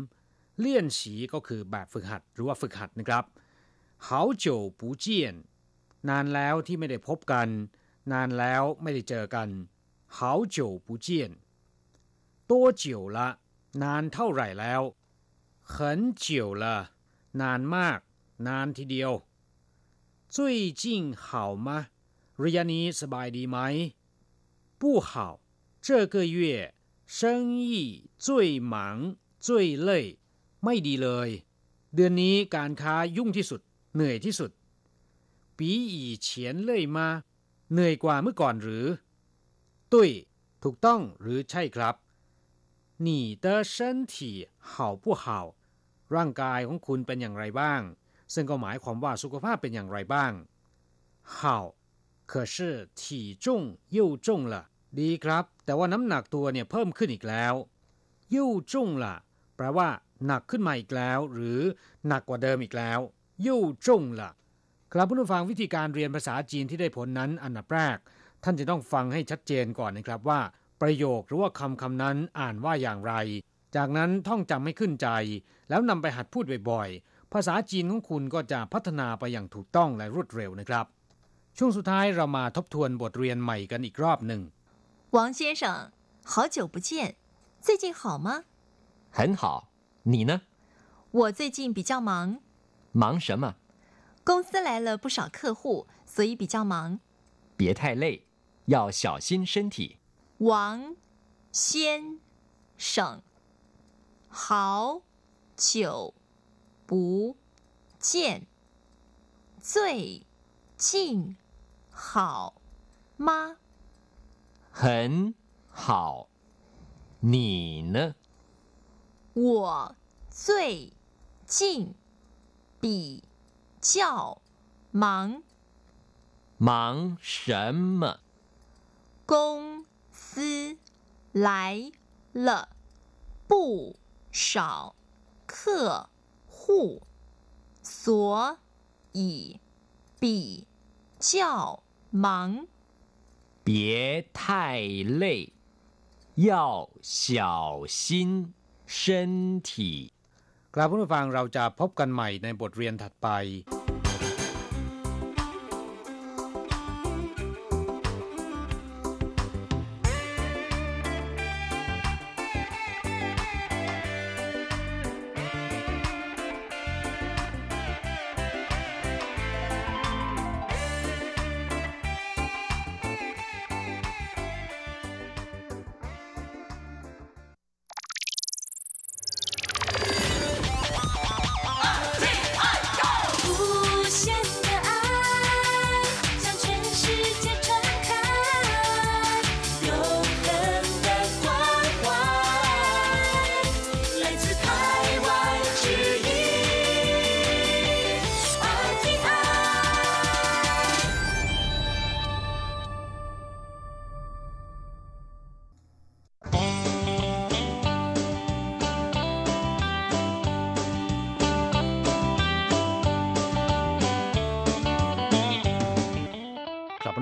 Speaker 3: 3เลี่ยนฉีก็คือแบบฝึกหัดหรือว่าฝึกหัดนะครับ好久不见นานแล้วที่ไม่ได้พบกันนานแล้วไม่ได้เจอกัน好久不见多久了นานเท่าไหร่แล้ว很久了นานมากนานทีเดียว最近好吗ระยะนี้สบายดีไหม不好这个月生意最忙最累ไม่ดีเลยเดือนนี้การค้ายุ่งที่สุดเหนื่อยที่สุด比以前累吗เหนื่อยกว่าเมื่อก่อนหรือตุ้ยถูกต้องหรือใช่ครับ你的身体好不好ร่างกายของคุณเป็นอย่างไรบ้างซึ่งก็หมายความว่าสุขภาพเป็นอย่างไรบ้าง好可是体重又重了ดีครับแต่ว่าน้ำหนักตัวเนี่ยเพิ่มขึ้นอีกแล้ว又重了แปลว่าหนักขึ้นมาอีกแล้วหรือหนักกว่าเดิมอีกแล้ว又重了ครับผู้ฟังวิธีการเรียนภาษาจีนที่ได้ผลนั้นอันดับแรกท่านจะต้องฟังให้ชัดเจนก่อนนะครับว่าประโยคหรือว่าคำนั้นอ่านว่าอย่างไรจากนั้นท่องจำให้ขึ้นใจแล้วนำไปหัดพูดบ่อยๆภาษาจีนของคุณก็จะพัฒนาไปอย่างถูกต้องและรวดเร็วนะครับช่วงสุดท้ายเรามาทบทวนบทเรียนใหม่กันอีกรอบหนึ่ง
Speaker 12: 王先生好久不见最近好吗
Speaker 11: 很好你呢
Speaker 12: 我最近比较忙
Speaker 11: 忙什么
Speaker 12: 公司来了不少客户所以比较忙
Speaker 11: 别太累要小心身体
Speaker 12: 王先生好久不见最近好吗
Speaker 11: 很好你呢
Speaker 12: 我最近比较忙
Speaker 11: 忙什么
Speaker 12: 公司来了不少客户所以比较忙
Speaker 11: 别太累要小心身体
Speaker 3: ครับผู้ฟังเราจะพบกันใหม่ในบทเรียนถัดไป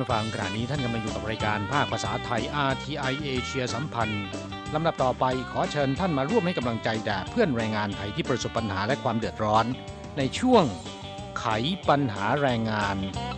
Speaker 3: ผู้ฟังขณะนี้ท่านกำลังอยู่กับรายการภาคภาษาไทย RTI เอเชียสัมพันธ์ลำดับต่อไปขอเชิญท่านมาร่วมให้กำลังใจแด่เพื่อนแรงงานไทยที่ประสบปัญหาและความเดือดร้อนในช่วงไขปัญหาแรงงาน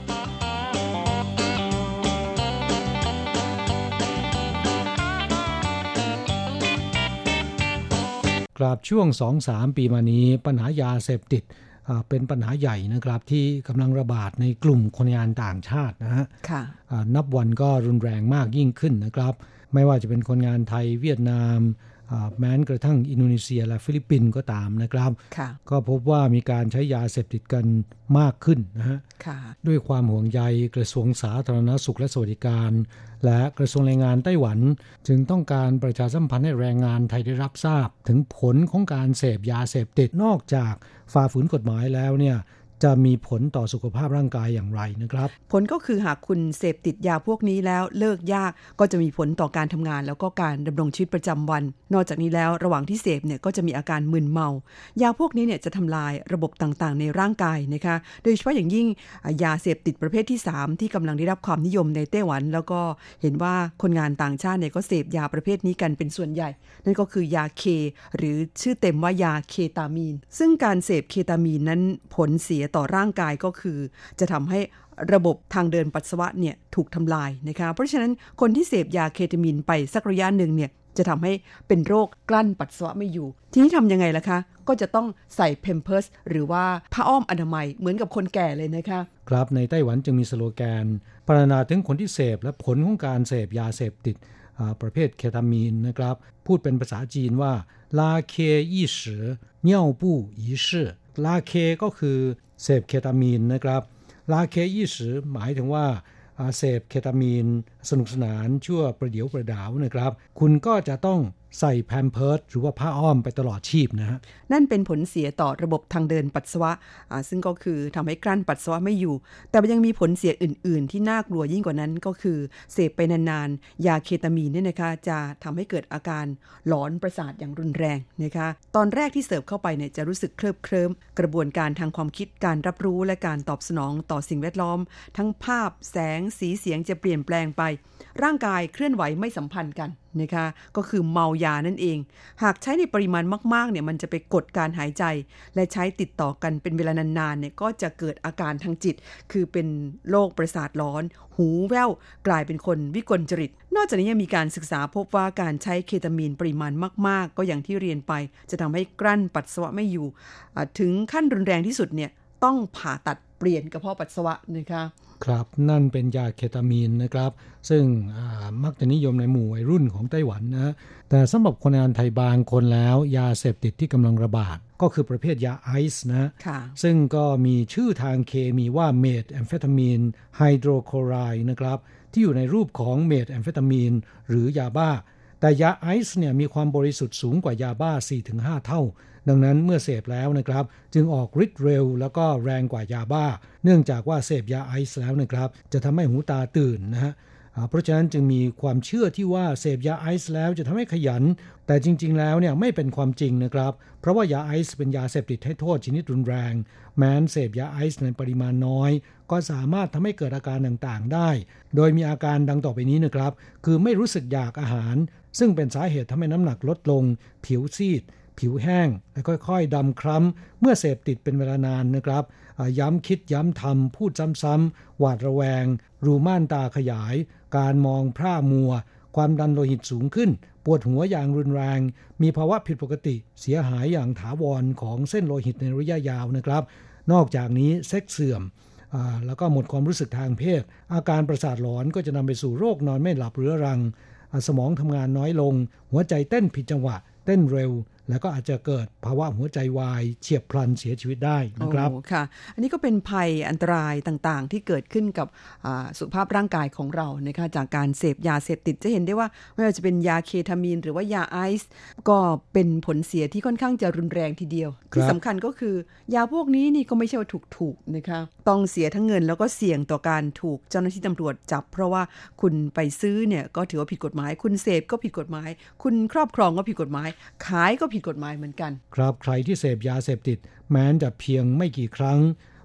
Speaker 3: กราบช่วง 2-3 ปีมานี้ปัญหายาเสพติดเป็นปัญหาใหญ่นะครับที่กำลังระบาดในกลุ่มคนงานต่างชาตินะฮะนับวันก็รุนแรงมากยิ่งขึ้นนะครับไม่ว่าจะเป็นคนงานไทยเวียดนามแม้กระทั่งอินโดนีเซียและฟิลิปปินส์ก็ตามนะครับก็พบว่ามีการใช้ยาเสพติดกันมากขึ้นนะฮะด้วยความห่วงใยกระทรวงสาธารณสุขและสวัสดิการและกระทรวงแรงงานไต้หวันจึงต้องการประชาสัมพันธ์ให้แรงงานไทยได้รับทราบถึงผลของการเสพยาเสพติดนอกจากฝ่าฝืนกฎหมายแล้วเนี่ยจะมีผลต่อสุขภาพร่างกายอย่างไรนะครับ
Speaker 13: ผลก็คือหากคุณเสพติดยาพวกนี้แล้วเลิกยากก็จะมีผลต่อการทำงานแล้วก็การดำรงชีวิตประจำวันนอกจากนี้แล้วระหว่างที่เสพเนี่ยก็จะมีอาการมึนเมายาพวกนี้เนี่ยจะทำลายระบบต่างๆในร่างกายนะคะโดยเฉพาะอย่างยิ่งยาเสพติดประเภทที่3ที่กำลังได้รับความนิยมในไต้หวันแล้วก็เห็นว่าคนงานต่างชาติเนี่ยก็เสพยาประเภทนี้กันเป็นส่วนใหญ่นั่นก็คือยาเคหรือชื่อเต็มว่ายาเคตามีนซึ่งการเสพเคตามีนนั้นผลเสียต่อร่างกายก็คือจะทำให้ระบบทางเดินปัสสาวะเนี่ยถูกทำลายนะคะเพราะฉะนั้นคนที่เสพยาเคตามีนไปสักระยะหนึ่งเนี่ยจะทำให้เป็นโรคกลั้นปัสสาวะไม่อยู่ทีนี้ทำยังไงล่ะคะก็จะต้องใส่เพมเพิร์สหรือว่าผ้าอ้อมอนามัยเหมือนกับคนแก่เลยนะคะ
Speaker 3: ครับในไต้หวันจึงมีสโลแกนปรารถนาถึงคนที่เสพและผลของการเสพยาเสพติดประเภทเคตามีนนะครับพูดเป็นภาษาจีนว่าลาเคยี่สือเน่าปู้อีชื่อลาเคก็คือเสพเคตามีนนะครับลาเคยี่สือหมายถึงว่าเสพเคตามีนสนุกสนานชั่วประเดี๋ยวประดาวนะครับคุณก็จะต้องใส่แพมเพิร์สหรือว่าผ้าอ้อมไปตลอดชีพนะฮะ
Speaker 13: นั่นเป็นผลเสียต่อระบบทางเดินปัสสาวะซึ่งก็คือทำให้กลั้นปัสสาวะไม่อยู่แต่ยังมีผลเสียอื่นๆที่น่ากลัวยิ่งกว่านั้นก็คือเสพไปนานๆยาเคตามีนเนี่ยนะคะจะทำให้เกิดอาการหลอนประสาทอย่างรุนแรงนะคะตอนแรกที่เสพเข้าไปเนี่ยจะรู้สึกเคลิ้มกระบวนการทางความคิดการรับรู้และการตอบสนองต่อสิ่งแวดล้อมทั้งภาพแสงสีเสียงจะเปลี่ยนแปลงไปร่างกายเคลื่อนไหวไม่สัมพันธ์กันนะคะก็คือเมายานั่นเองหากใช้ในปริมาณมากๆเนี่ยมันจะไปกดการหายใจและใช้ติดต่อกันเป็นเวลานานๆเนี่ยก็จะเกิดอาการทางจิตคือเป็นโรคประสาทหลอนหูแว่วกลายเป็นคนวิกลจริตนอกจากนี้ยังมีการศึกษาพบว่าการใช้เคตามีนปริมาณมากๆก็อย่างที่เรียนไปจะทำให้กลั้นปัสสาวะไม่อยู่ถึงขั้นรุนแรงที่สุดเนี่ยต้องผ่าตัดเปลี่ยนกระเพาะปัสสาวะนะคะ
Speaker 3: ครับนั่นเป็นยาเคตามีนนะครับซึ่งมักจะนิยมในหมู่วัยรุ่นของไต้หวันนะแต่สำหรับคนงานไทยบางคนแล้วยาเสพติดที่กำลังระบาดก็คือประเภทยาไอซ์นะซึ่งก็มีชื่อทางเคมีว่าเมทแอมเฟตามีนไฮโดรคลอไรด์นะครับที่อยู่ในรูปของเมทแอมเฟตามีนหรือยาบ้าแต่ยาไอซ์เนี่ยมีความบริสุทธิ์สูงกว่ายาบ้า 4-5 เท่าดังนั้นเมื่อเสพแล้วนะครับจึงออกฤทธิ์เร็วแล้วก็แรงกว่ายาบ้าเนื่องจากว่าเสพยาไอซ์แล้วนะครับจะทำให้หูตาตื่นนะฮะเพราะฉะนั้นจึงมีความเชื่อที่ว่าเสพยาไอซ์แล้วจะทำให้ขยันแต่จริงๆแล้วเนี่ยไม่เป็นความจริงนะครับเพราะว่ายาไอซ์เป็นยาเสพติดให้โทษชนิดรุนแรงแม้นเสพยาไอซ์ในปริมาณน้อยก็สามารถทำให้เกิดอาการต่างๆได้โดยมีอาการดังต่อไปนี้นะครับคือไม่รู้สึกอยากอาหารซึ่งเป็นสาเหตุทำให้น้ำหนักลดลงผิวซีดผิวแห้งและค่อยๆดำคล้ำเมื่อเสพติดเป็นเวลานานนะครับย้ำคิดย้ำทำพูดซ้ำๆหวาดระแวงรูม่านตาขยายการมองพร่ามัวความดันโลหิตสูงขึ้นปวดหัวอย่างรุนแรงมีภาวะผิดปกติเสียหายอย่างถาวรของเส้นโลหิตในระยะยาวนะครับนอกจากนี้เซ็กซ์เสื่อมแล้วก็หมดความรู้สึกทางเพศอาการประสาทหลอนก็จะนำไปสู่โรคนอนไม่หลับเรื้อรังสมองทำงานน้อยลงหัวใจเต้นผิดจังหวะเต้นเร็วแล้วก็อาจจะเกิดภาวะหัวใจวายเฉียบพลันเสียชีวิตได้นะครับ
Speaker 13: ค่ะอันนี้ก็เป็นภัยอันตรายต่างๆที่เกิดขึ้นกับสุขภาพร่างกายของเรานะคะจากการเสพยาเสพติดจะเห็นได้ว่าไม่ว่าจะเป็นยาเคทามีนหรือว่ายาไอซ์ก็เป็นผลเสียที่ค่อนข้างจะรุนแรงทีเดียวที่สำคัญก็คือยาพวกนี้นี่ก็ไม่ใช่ว่าถูกๆนะคะต้องเสียทั้งเงินแล้วก็เสี่ยงต่อการถูกเจ้าหน้าที่ตำรวจจับเพราะว่าคุณไปซื้อเนี่ยก็ถือว่าผิดกฎหมายคุณเสพก็ผิดกฎหมายคุณครอบครองก็ผิดกฎหมายขายก็ผิดกฎหมายเหมือนกัน
Speaker 3: ครับใครที่เสพยาเสพติดแม้จะเพียงไม่กี่ครั้ง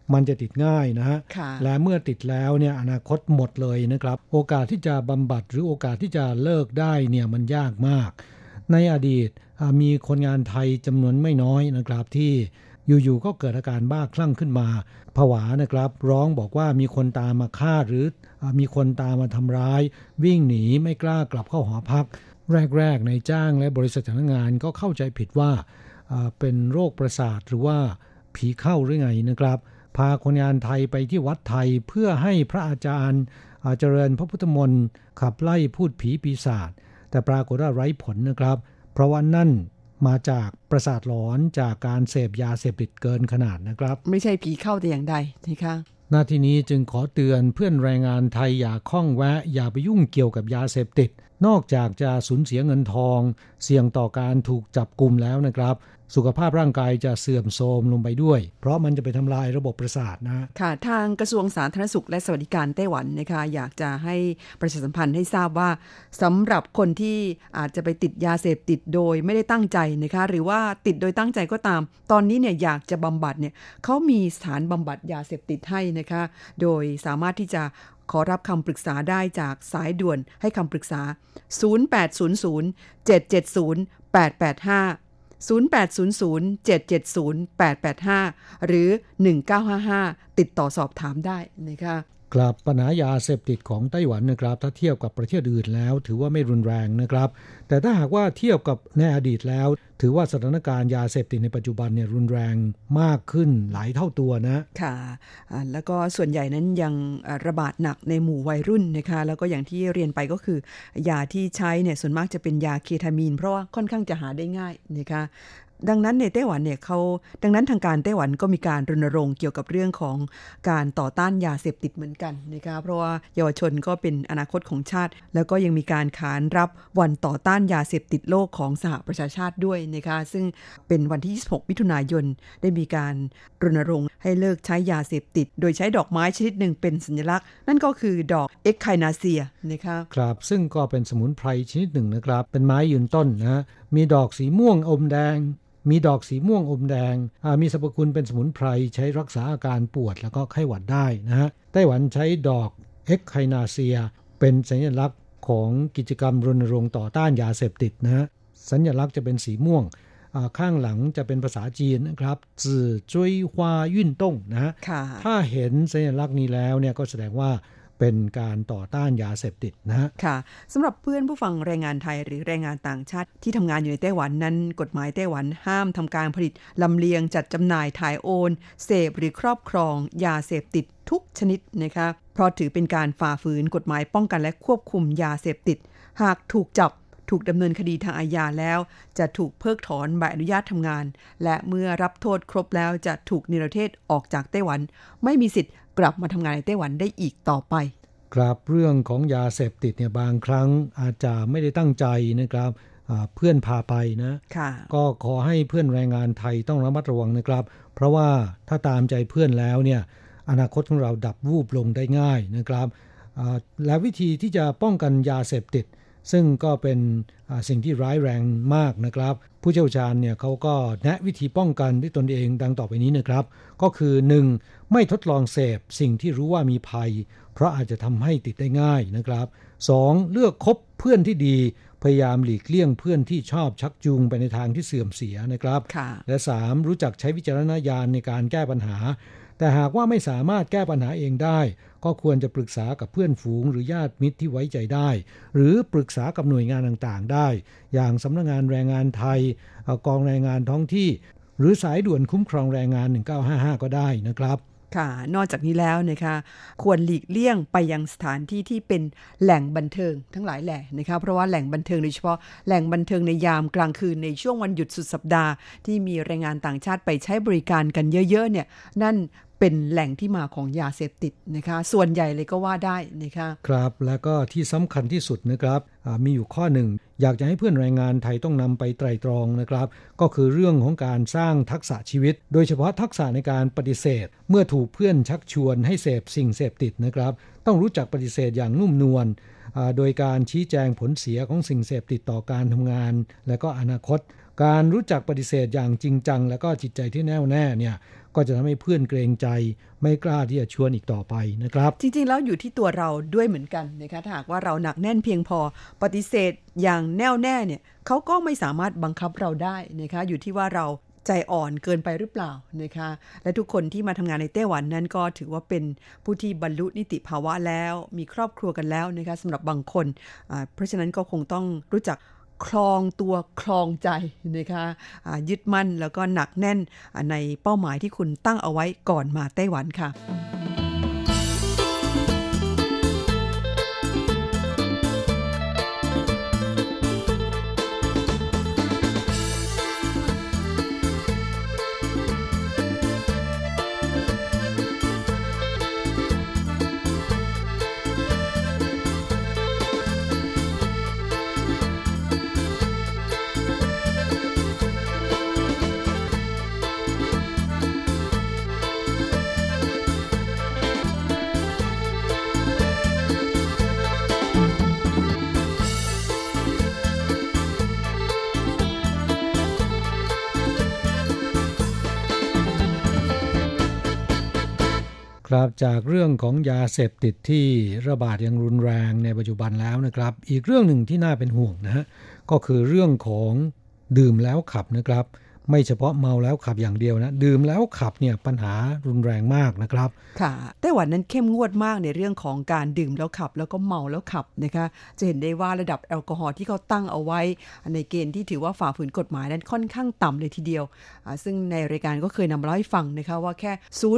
Speaker 3: มันจะติดง่ายนะฮะและเมื่อติดแล้วเนี่ยอนาคตหมดเลยนะครับโอกาสที่จะบำบัดหรือโอกาสที่จะเลิกได้เนี่ยมันยากมากในอดีตมีคนงานไทยจำนวนไม่น้อยนะครับที่อยู่ๆก็เกิดอาการบ้าคลั่งขึ้นมาผวานะครับร้องบอกว่ามีคนตามมาฆ่าหรือมีคนตามมาทำร้ายวิ่งหนีไม่กล้ากลับเข้าหอพักแรกๆในจ้างและบริษัทจ้างงานก็เข้าใจผิดว่าเป็นโรคประสาทหรือว่าผีเข้าหรือไงนะครับพาคนงานไทยไปที่วัดไทยเพื่อให้พระอาจารย์เจริญพระพุทธมนต์ขับไล่พูดผีปีศาจแต่ปรากฏว่าไร้ผลนะครับเพราะว่านั่นมาจากประสาทหลอนจากการเสพยาเสพติดเกินขนาดนะครับ
Speaker 13: ไม่ใช่ผีเข้าแต่อย่างใดนะคะ
Speaker 3: หน้าที่นี้จึงขอเตือนเพื่อนแรงงานไทยอย่าข้องแวะอย่าไปยุ่งเกี่ยวกับยาเสพติดนอกจากจะสูญเสียเงินทองเสี่ยงต่อการถูกจับกุมแล้วนะครับสุขภาพร่างกายจะเสื่อมโทรมลงไปด้วยเพราะมันจะไปทำลายระบบประสาทนะ
Speaker 13: ค่ะทางกระทรวงสาธารณสุขและสวัสดิการไต้หวันนะคะอยากจะให้ประชาสัมพันธ์ให้ทราบว่าสำหรับคนที่อาจจะไปติดยาเสพติดโดยไม่ได้ตั้งใจนะคะหรือว่าติดโดยตั้งใจก็ตามตอนนี้เนี่ยอยากจะบำบัดเนี่ยเขามีสถานบำบัดยาเสพติดให้นะคะโดยสามารถที่จะขอรับคำปรึกษาได้จากสายด่วนให้คำปรึกษา0800 770 885 0800 770 885 หรือ 1955 ติดต่อสอบถามได้นะคะ
Speaker 3: ครับปัญหายาเสพติดของไต้หวันนะครับถ้าเทียบกับประเทศอื่นแล้วถือว่าไม่รุนแรงนะครับแต่ถ้าหากว่าเทียบกับในอดีตแล้วถือว่าสถานการณ์ยาเสพติดในปัจจุบันเนี่ยรุนแรงมากขึ้นหลายเท่าตัวนะ
Speaker 13: ค่ะแล้วก็ส่วนใหญ่นั้นยังระบาดหนักในหมู่วัยรุ่นนะคะแล้วก็อย่างที่เรียนไปก็คือยาที่ใช้เนี่ยส่วนมากจะเป็นยาเคทามีนเพราะว่าค่อนข้างจะหาได้ง่ายนะคะดังนั้นในไต้หวันเนี่ยดังนั้นทางการไต้หวันก็มีการรณรงค์เกี่ยวกับเรื่องของการต่อต้านยาเสพติดเหมือนกันนะคะเพราะว่าเยาวชนก็เป็นอนาคตของชาติแล้วก็ยังมีการขานรับวันต่อต้านยาเสพติดโลกของสหประชาชาติด้วยนะคะซึ่งเป็นวันที่26มิถุนายนได้มีการรณรงค์ให้เลิกใช้ยาเสพติดโดยใช้ดอกไม้ชนิดหนึ่งเป็นสัญลักษณ์นั่นก็คือดอกเอ็กไคนาเซียนะคะ
Speaker 3: ครับซึ่งก็เป็นสมุนไพรชนิดหนึ่งนะครับเป็นไม้ยืนต้นนะมีดอกสีม่วงอมแดงมีดอกสีม่วงอมแดงมีสรรพคุณเป็นสมุนไพรใช้รักษาอาการปวดแล้วก็ไข้หวัดได้นะฮะไต้หวันใช้ดอกเอ็กไคนาเซียเป็นสัญลักษณ์ของกิจกรรมรณรงค์ต่อต้านยาเสพติดนะฮะสัญลักษณ์จะเป็นสีม่วงข้างหลังจะเป็นภาษาจีนนะครับจื่อจุ้ยฮวายุ่นต้งนะฮะถ้าเห็นสัญลักษณ์นี้แล้วเนี่ยก็แสดงว่าเป็นการต่อต้านยาเสพติดนะฮะ
Speaker 13: ค่ะสำหรับเพื่อนผู้ฟังแรงงานไทยหรือแรงงานต่างชาติที่ทำงานอยู่ในไต้หวันนั้นกฎหมายไต้หวันห้ามทำการผลิตลำเลียงจัดจำหน่ายถ่ายโอนเสพหรือครอบครองยาเสพติดทุกชนิดนะคะเพราะถือเป็นการฝ่าฝืนกฎหมายป้องกันและควบคุมยาเสพติดหากถูกจับถูกดำเนินคดีทางอาญาแล้วจะถูกเพิกถอนใบอนุญาตทำงานและเมื่อรับโทษครบแล้วจะถูกนิรเทศออกจากไต้หวันไม่มีสิทธิ์กลับมาทำงานในไต้หวันได้อีกต่อไป
Speaker 3: ครับเรื่องของยาเสพติดเนี่ยบางครั้งอาจจะไม่ได้ตั้งใจนะครับเพื่อนพาไปนะก็ขอให้เพื่อนแรงงานไทยต้องระมัดระวังนะครับเพราะว่าถ้าตามใจเพื่อนแล้วเนี่ยอนาคตของเราดับวูบลงได้ง่ายนะครับและวิธีที่จะป้องกันยาเสพติดซึ่งก็เป็นสิ่งที่ร้ายแรงมากนะครับผู้เชี่ยวชาญเนี่ยเขาก็แนะวิธีป้องกันด้วยตนเองดังต่อไปนี้นะครับก็คือ 1. ไม่ทดลองเสพสิ่งที่รู้ว่ามีภัยเพราะอาจจะทำให้ติดได้ง่ายนะครับ 2. เลือกคบเพื่อนที่ดีพยายามหลีกเลี่ยงเพื่อนที่ชอบชักจูงไปในทางที่เสื่อมเสียนะครับและ 3. รู้จักใช้วิจารณญาณในการแก้ปัญหาแต่หากว่าไม่สามารถแก้ปัญหาเองได้ก็ควรจะปรึกษากับเพื่อนฝูงหรือญาติมิตรที่ไว้ใจได้หรือปรึกษากับหน่วยงานต่างๆได้อย่างสำนักงานแรงงานไทยกองแรงงานท้องที่หรือสายด่วนคุ้มครองแรงงาน1955ก็ได้นะครับ
Speaker 13: ค่ะนอกจากนี้แล้วนะคะควรหลีกเลี่ยงไปยังสถานที่ที่เป็นแหล่งบันเทิงทั้งหลายแหล่นะคะเพราะว่าแหล่งบันเทิงโดยเฉพาะแหล่งบันเทิงในยามกลางคืนในช่วงวันหยุดสุดสัปดาห์ที่มีแรงงานต่างชาติไปใช้บริการกันเยอะๆเนี่ยนั่นเป็นแหล่งที่มาของยาเสพติดนะคะส่วนใหญ่เลยก็ว่าได้นะคะ
Speaker 3: ครับแล้วก็ที่สำคัญที่สุดนะครับมีอยู่ข้อหนึ่งอยากจะให้เพื่อนแรงงานไทยต้องนำไปไตร่ตรองนะครับก็คือเรื่องของการสร้างทักษะชีวิตโดยเฉพาะทักษะในการปฏิเสธเมื่อถูกเพื่อนชักชวนให้เสพสิ่งเสพติดนะครับต้องรู้จักปฏิเสธอย่างนุ่มนวลโดยการชี้แจงผลเสียของสิ่งเสพติดต่อการทำงานและก็อนาคตการรู้จักปฏิเสธอย่างจริงจังและก็จิตใจที่แน่วแน่เนี่ยก็จะทำให้เพื่อนเกรงใจไม่กล้าที่จะชวนอีกต่อไปนะครับ
Speaker 13: จริงๆแล้วอยู่ที่ตัวเราด้วยเหมือนกันนะคะถ้าหากว่าเราหนักแน่นเพียงพอปฏิเสธอย่างแน่วแน่เนี่ยเขาก็ไม่สามารถบังคับเราได้นะคะอยู่ที่ว่าเราใจอ่อนเกินไปหรือเปล่านะคะและทุกคนที่มาทำงานในไต้หวันนั้นก็ถือว่าเป็นผู้ที่บรรลุนิติภาวะแล้วมีครอบครัวกันแล้วนะคะสำหรับบางคนเพราะฉะนั้นก็คงต้องรู้จักคลองตัวคลองใจนะคะยึดมั่นแล้วก็หนักแน่นในเป้าหมายที่คุณตั้งเอาไว้ก่อนมาไต้หวันค่ะ
Speaker 3: ครับจากเรื่องของยาเสพติดที่ระบาดอย่างรุนแรงในปัจจุบันแล้วนะครับอีกเรื่องหนึ่งที่น่าเป็นห่วงนะฮะก็คือเรื่องของดื่มแล้วขับนะครับไม่เฉพาะเมาแล้วขับอย่างเดียวนะดื่มแล้วขับเนี่ยปัญหารุนแรงมากนะครับ
Speaker 13: ค่ะไต้หวันนั้นเข้มงวดมากในเรื่องของการดื่มแล้วขับแล้วก็เมาแล้วขับนะคะจะเห็นได้ว่าระดับแอลกอฮอล์ที่เขาตั้งเอาไว้ในเกณฑ์ที่ถือว่าฝ่าฝืนกฎหมายนั้นค่อนข้างต่ำเลยทีเดียวซึ่งในรายการก็เคยนำมาเล่าให้ฟังนะคะว่าแค่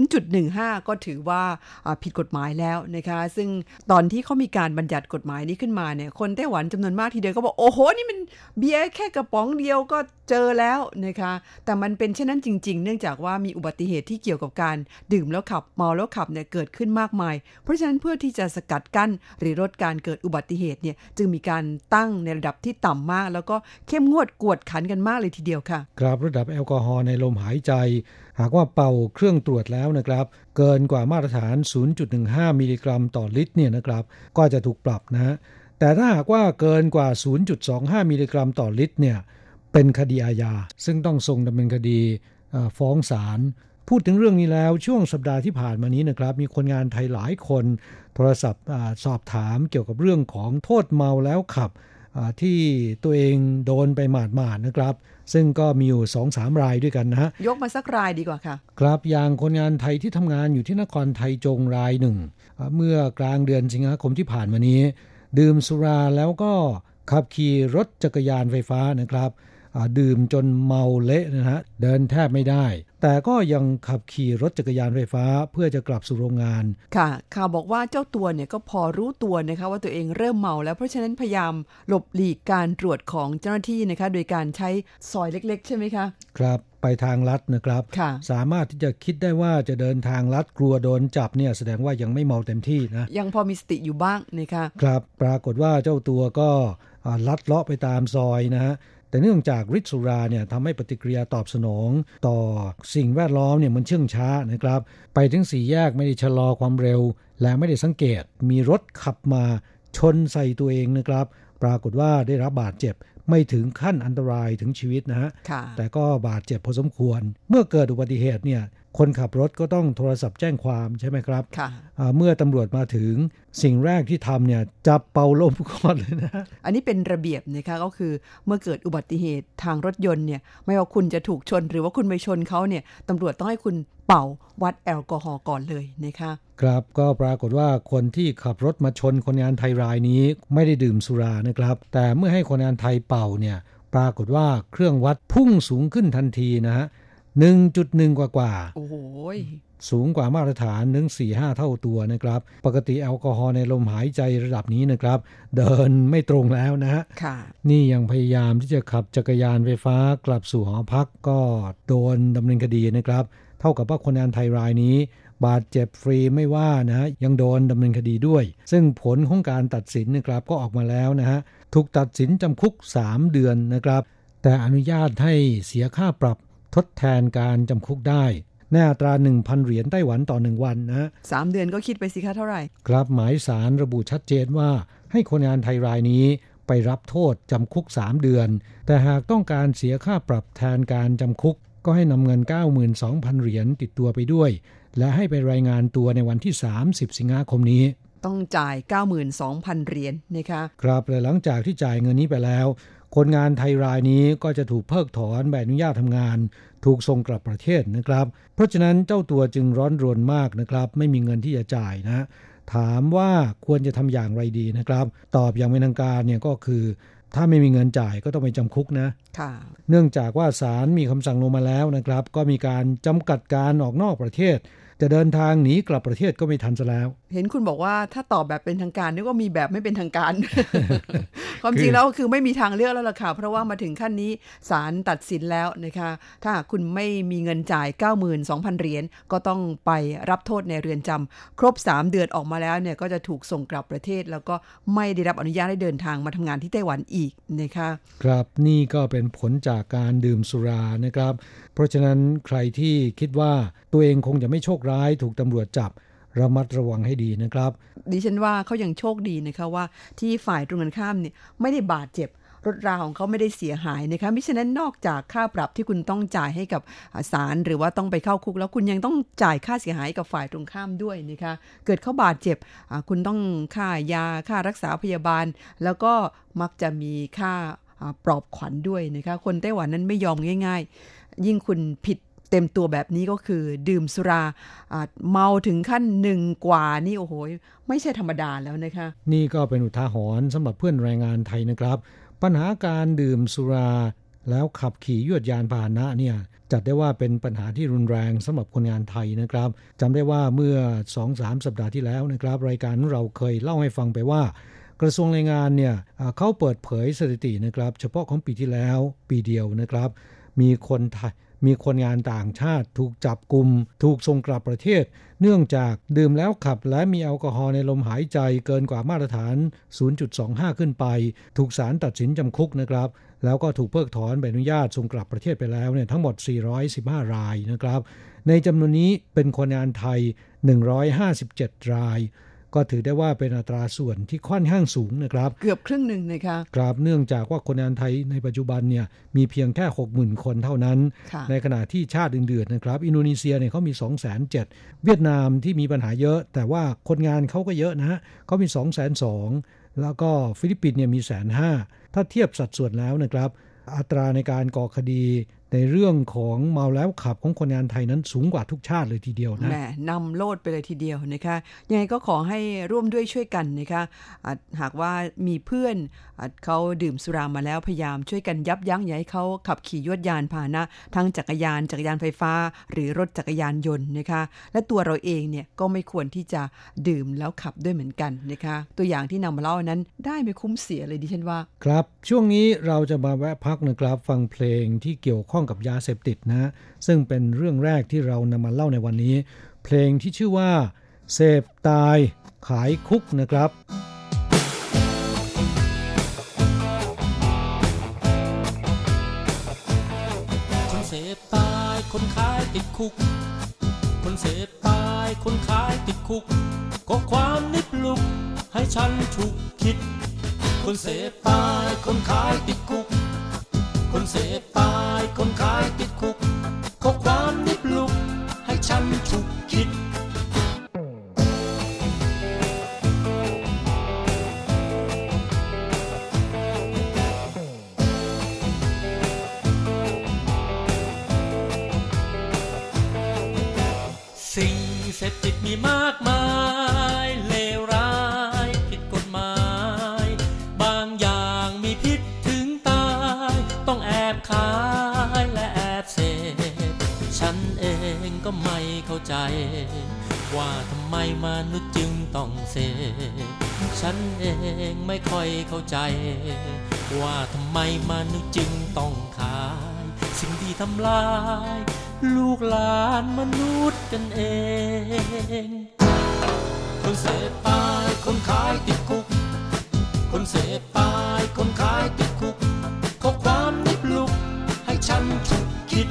Speaker 13: 0.15 ก็ถือว่าผิดกฎหมายแล้วนะคะซึ่งตอนที่เขามีการบัญญัติกฎหมายนี้ขึ้นมาเนี่ยคนไต้หวันจำนวนมากทีเดียวก็บอกโอ้โหนี่มันเบียร์แค่กระป๋องเดียวก็เจอแล้วนะคะแต่มันเป็นเช่นนั้นจริงๆเนื่องจากว่ามีอุบัติเหตุที่เกี่ยวกับการดื่มแล้วขับเมาแล้วขับเนี่ยเกิดขึ้นมากมายเพราะฉะนั้นเพื่อที่จะสกัดกั้นหรือลดการเกิดอุบัติเหตุเนี่ยจึงมีการตั้งในระดับที่ต่ำมากแล้วก็เข้มงวดกวดขันกันมากเลยทีเดียวค่ะ
Speaker 3: ครับระดับแอลกอฮอล์ในลมหายใจหากว่าเป่าเครื่องตรวจแล้วนะครับเกินกว่ามาตรฐาน 0.15 มิลลิกรัมต่อลิตรเนี่ยนะครับก็จะถูกปรับนะฮะแต่ถ้าหากว่าเกินกว่า 0.25 มิลลิกรัมต่อลิตรเนี่ยเป็นคดีอาญาซึ่งต้องส่งดำเนินคดีฟ้องศาลพูดถึงเรื่องนี้แล้วช่วงสัปดาห์ที่ผ่านมานี้นะครับมีคนงานไทยหลายคนโทรศัพท์สอบถามเกี่ยวกับเรื่องของโทษเมาแล้วขับที่ตัวเองโดนไปหมาดๆนะครับซึ่งก็มีอยู่ 2-3 รายด้วยกันนะฮะ
Speaker 13: ยกมาสักรายดีกว่าค่ะ
Speaker 3: ครับอย่างคนงานไทยที่ทำงานอยู่ที่นครไทจงรายหนึ่งเมื่อกลางเดือนสิงหาคมที่ผ่านมานี้ดื่มสุราแล้วก็ขับขี่รถจักรยานไฟฟ้านะครับดื่มจนเมาเละนะฮะเดินแทบไม่ได้แต่ก็ยังขับขี่รถจักรยานไฟฟ้าเพื่อจะกลับสู่โรงงาน
Speaker 13: ค่ะข่าวบอกว่าเจ้าตัวเนี่ยก็พอรู้ตัวนะคะว่าตัวเองเริ่มเมาแล้วเพราะฉะนั้นพยายามหลบหลีกการตรวจของเจ้าหน้าที่นะคะโดยการใช้ซอยเล็กๆใช่ไหมคะ
Speaker 3: ครับไปทางลัดนะครับสามารถที่จะคิดได้ว่าจะเดินทางลัดกลัวโดนจับเนี่ยแสดงว่ายังไม่เมาเต็มที่นะ
Speaker 13: ยังพอมีสติอยู่บ้างนะคะ
Speaker 3: ครับปรากฏว่าเจ้าตัวก็ลัดเลาะไปตามซอยนะฮะแต่เนื่องจากฤทธิ์สุราเนี่ยทำให้ปฏิกิริยาตอบสนองต่อสิ่งแวดล้อมเนี่ยมันเชื่องช้านะครับไปถึง4 แยกไม่ได้ชะลอความเร็วและไม่ได้สังเกตมีรถขับมาชนใส่ตัวเองนะครับปรากฏว่าได้รับบาดเจ็บไม่ถึงขั้นอันตรายถึงชีวิตนะฮะแต่ก็บาดเจ็บพอสมควรเมื่อเกิดอุบัติเหตุเนี่ยคนขับรถก็ต้องโทรศัพท์แจ้งความใช่ไหมครับเมื่อตำรวจมาถึงสิ่งแรกที่ทำเนี่ยจับเป่าลมก่อนเลยนะ
Speaker 13: อันนี้เป็นระเบียบนะคะก็คือเมื่อเกิดอุบัติเหตุทางรถยนต์เนี่ยไม่ว่าคุณจะถูกชนหรือว่าคุณไปชนเขาเนี่ยตำรวจต้องให้คุณเป่าวัดแอลกอฮอล์ก่อนเลยนะคะ
Speaker 3: ครับก็ปรากฏว่าคนที่ขับรถมาชนคนงานไทยรายนี้ไม่ได้ดื่มสุรานะครับแต่เมื่อให้คนงานไทยเป่าเนี่ยปรากฏว่าเครื่องวัดพุ่งสูงขึ้นทันทีนะฮะ 1.1 กว่า
Speaker 13: โอ้โห
Speaker 3: สูงกว่ามาตรฐานถึง 4-5 เท่าตัวนะครับปกติแอลกอฮอล์ในลมหายใจระดับนี้นะครับเดินไม่ตรงแล้วนะฮะนี่ยังพยายามที่จะขับจักรยานไฟฟ้ากลับสู่หอพักก็โดนดำเนินคดีนะครับเท่ากับว่าคนงานไทยรายนี้บาดเจ็บฟรีไม่ว่านะฮะยังโดนดำเนินคดีด้วยซึ่งผลของการตัดสินนะครับก็ออกมาแล้วนะฮะถูกตัดสินจำคุก3 เดือนนะครับแต่อนุญาตให้เสียค่าปรับทดแทนการจำคุกได้ในอัตรา 1,000 เหรียญไต้หวันต่อ1วันนะ
Speaker 13: 3 เดือนก็คิดไปสิคะเท่าไหร่
Speaker 3: ครับหมายศาลระบุชัดเจนว่าให้คนงานไทยรายนี้ไปรับโทษจำคุก3 เดือนแต่หากต้องการเสียค่าปรับแทนการจำคุกก็ให้นำเงิน 92,000 เหรียญติดตัวไปด้วยและให้ไปรายงานตัวในวันที่30สิงหาคมนี้
Speaker 13: ต้องจ่าย 92,000 เหรียญนะคะ
Speaker 3: ครับและหลังจากที่จ่ายเงินนี้ไปแล้วคนงานไทยรายนี้ก็จะถูกเพิกถอนใบอนุญาตทำงานถูกส่งกลับประเทศนะครับเพราะฉะนั้นเจ้าตัวจึงร้อนรนมากนะครับไม่มีเงินที่จะจ่ายนะถามว่าควรจะทำอย่างไรดีนะครับตอบอย่างเป็นทางการเนี่ยก็คือถ้าไม่มีเงินจ่ายก็ต้องไปจำคุกนะเนื่องจากว่าศาลมีคำสั่งลงมาแล้วนะครับก็มีการจำกัดการออกนอกประเทศจะเดินทางหนีกลับประเทศก็ไม่ทันซะแล้ว
Speaker 13: เห็นคุณบอกว่าถ้าตอบแบบเป็นทางการนี่ก็มีแบบไม่เป็นทางการ ความจริงแล้วคือไม่มีทางเลือกแล้วล่ะค่ะเพราะว่ามาถึงขั้นนี้ศาลตัดสินแล้วนะคะถ้าคุณไม่มีเงินจ่าย 92,000 เหรียญก็ต้องไปรับโทษในเรือนจำครบ3เดือนออกมาแล้วเนี่ยก็จะถูกส่งกลับประเทศแล้วก็ไม่ได้รับอนุญาตให้เดินทางมาทำงานที่ไต้หวันอีกนะคะ
Speaker 3: ครับนี่ก็เป็นผลจากการดื่มสุรานะครับเพราะฉะนั้นใครที่คิดว่าตัวเองคงจะไม่โชคร้ายถูกตำรวจจับระมัดระวังให้ดีนะครับ
Speaker 13: ดิฉันว่าเขายังโชคดีนะคะว่าที่ฝ่ายตรงกันข้ามเนี่ยไม่ได้บาดเจ็บรถราของเขาไม่ได้เสียหายนะคะมิฉะนั้นนอกจากค่าปรับที่คุณต้องจ่ายให้กับศาลหรือว่าต้องไปเข้าคุกแล้วคุณยังต้องจ่ายค่าเสียหายกับฝ่ายตรงข้ามด้วยนะคะเกิดเขาบาดเจ็บคุณต้องค่ายาค่ารักษาพยาบาลแล้วก็มักจะมีค่าปลอบขวัญด้วยนะคะคนไต้หวันนั้นไม่ยอมง่ายๆยิ่งคุณผิดเต็มตัวแบบนี้ก็คือดื่มสุราเมาถึงขั้น1กว่านี่โอ้โหไม่ใช่ธรรมดาแล้วนะคะ
Speaker 3: นี่ก็เป็นอุทาหรณ์สำหรับเพื่อนแรงงานไทยนะครับปัญหาการดื่มสุราแล้วขับขี่ยวดยานพาหนะเนี่ยจัดได้ว่าเป็นปัญหาที่รุนแรงสำหรับคนงานไทยนะครับจำได้ว่าเมื่อ 2-3 สัปดาห์ที่แล้วนะครับรายการเราเคยเล่าให้ฟังไปว่ากระทรวงแรงงานเนี่ยเขาเปิดเผยสถิตินะครับเฉพาะของปีที่แล้วปีเดียวนะครับมีคนงานต่างชาติถูกจับกุมถูกส่งกลับประเทศเนื่องจากดื่มแล้วขับและมีแอลกอฮอล์ในลมหายใจเกินกว่ามาตรฐาน 0.25 ขึ้นไปถูกศาลตัดสินจำคุกนะครับแล้วก็ถูกเพิกถอนใบอนุญาตส่งกลับประเทศไปแล้วเนี่ยทั้งหมด415รายนะครับในจำนวนนี้เป็นคนงานไทย157รายก็ถือได้ว่าเป็นอัตราส่วนที่ค่อนข้างสูงนะครับ
Speaker 13: เกือบครึ่งนึงนะคะ
Speaker 3: ครับเนื่องจากว่าคนงานไทยในปัจจุบันเนี่ยมีเพียงแค่ 60,000 คนเท่านั้นในขณะที่ชาติอื่นๆนะครับอินโดนีเซียเนี่ยเขามี 207,000 เวียดนามที่มีปัญหาเยอะแต่ว่าคนงานเขาก็เยอะนะฮะเขามี 202,000 แล้วก็ฟิลิปปินส์เนี่ยมี 150,000 ถ้าเทียบสัดส่วนแล้วนะครับอัตราในการก่อคดีในเรื่องของเมาแล้วขับของคนงานไทยนั้นสูงกว่าทุกชาติเลยทีเดียวนะ
Speaker 13: แหมนำโลดไปเลยทีเดียวนะคะยังไงก็ขอให้ร่วมด้วยช่วยกันนะคะหากว่ามีเพื่อนเขาดื่มสุรามาแล้วพยายามช่วยกันยับยั้งอย่าให้เขาขับขี่ยวดยานพาหนะทั้งจักรยานไฟฟ้าหรือรถจักรยานยนต์นะคะและตัวเราเองเนี่ยก็ไม่ควรที่จะดื่มแล้วขับด้วยเหมือนกันนะคะตัวอย่างที่นำมาเล่านั้นได้ไม่คุ้มเสียเลยดิฉันว่า
Speaker 3: ครับช่วงนี้เราจะมาแวะพักนะครับฟังเพลงที่เกี่ยวข้องกับยาเสพติดนะซึ่งเป็นเรื่องแรกที่เรานำมาเล่าในวันนี้เพลงที่ชื่อว่าเสพตายขายคุกนะครับ
Speaker 10: คนเสพตายคนขายติดคุกคนเสพตายคนขายติดคุกก็ความนิบลุกให้ฉันฉุกคิดคนเสพตายคนขายติดคุกคนเสพตายคนขายติดคุกก็ความนิบลุกให้ฉันฉุกคิดสิ่งเสพติดมีมากมายเลวร้ายผิดกฎหมายบางอย่างมีพิษถึงตายต้องแอบขายและแอบเสพฉันเองก็ไม่เข้าใจว่าทำไมมนุษย์จึงต้องเสพฉันเองไม่ค่อยเข้าใจว่าทำไมมนุษย์จึงต้องขายสิ่งที่ทำลายลูกหลานมนุษย์กันเองคนเสพตายคนขายติดคุกคนเสพตายคนขายติดคุกข้อความนิบลุกให้ฉันฉุกคิด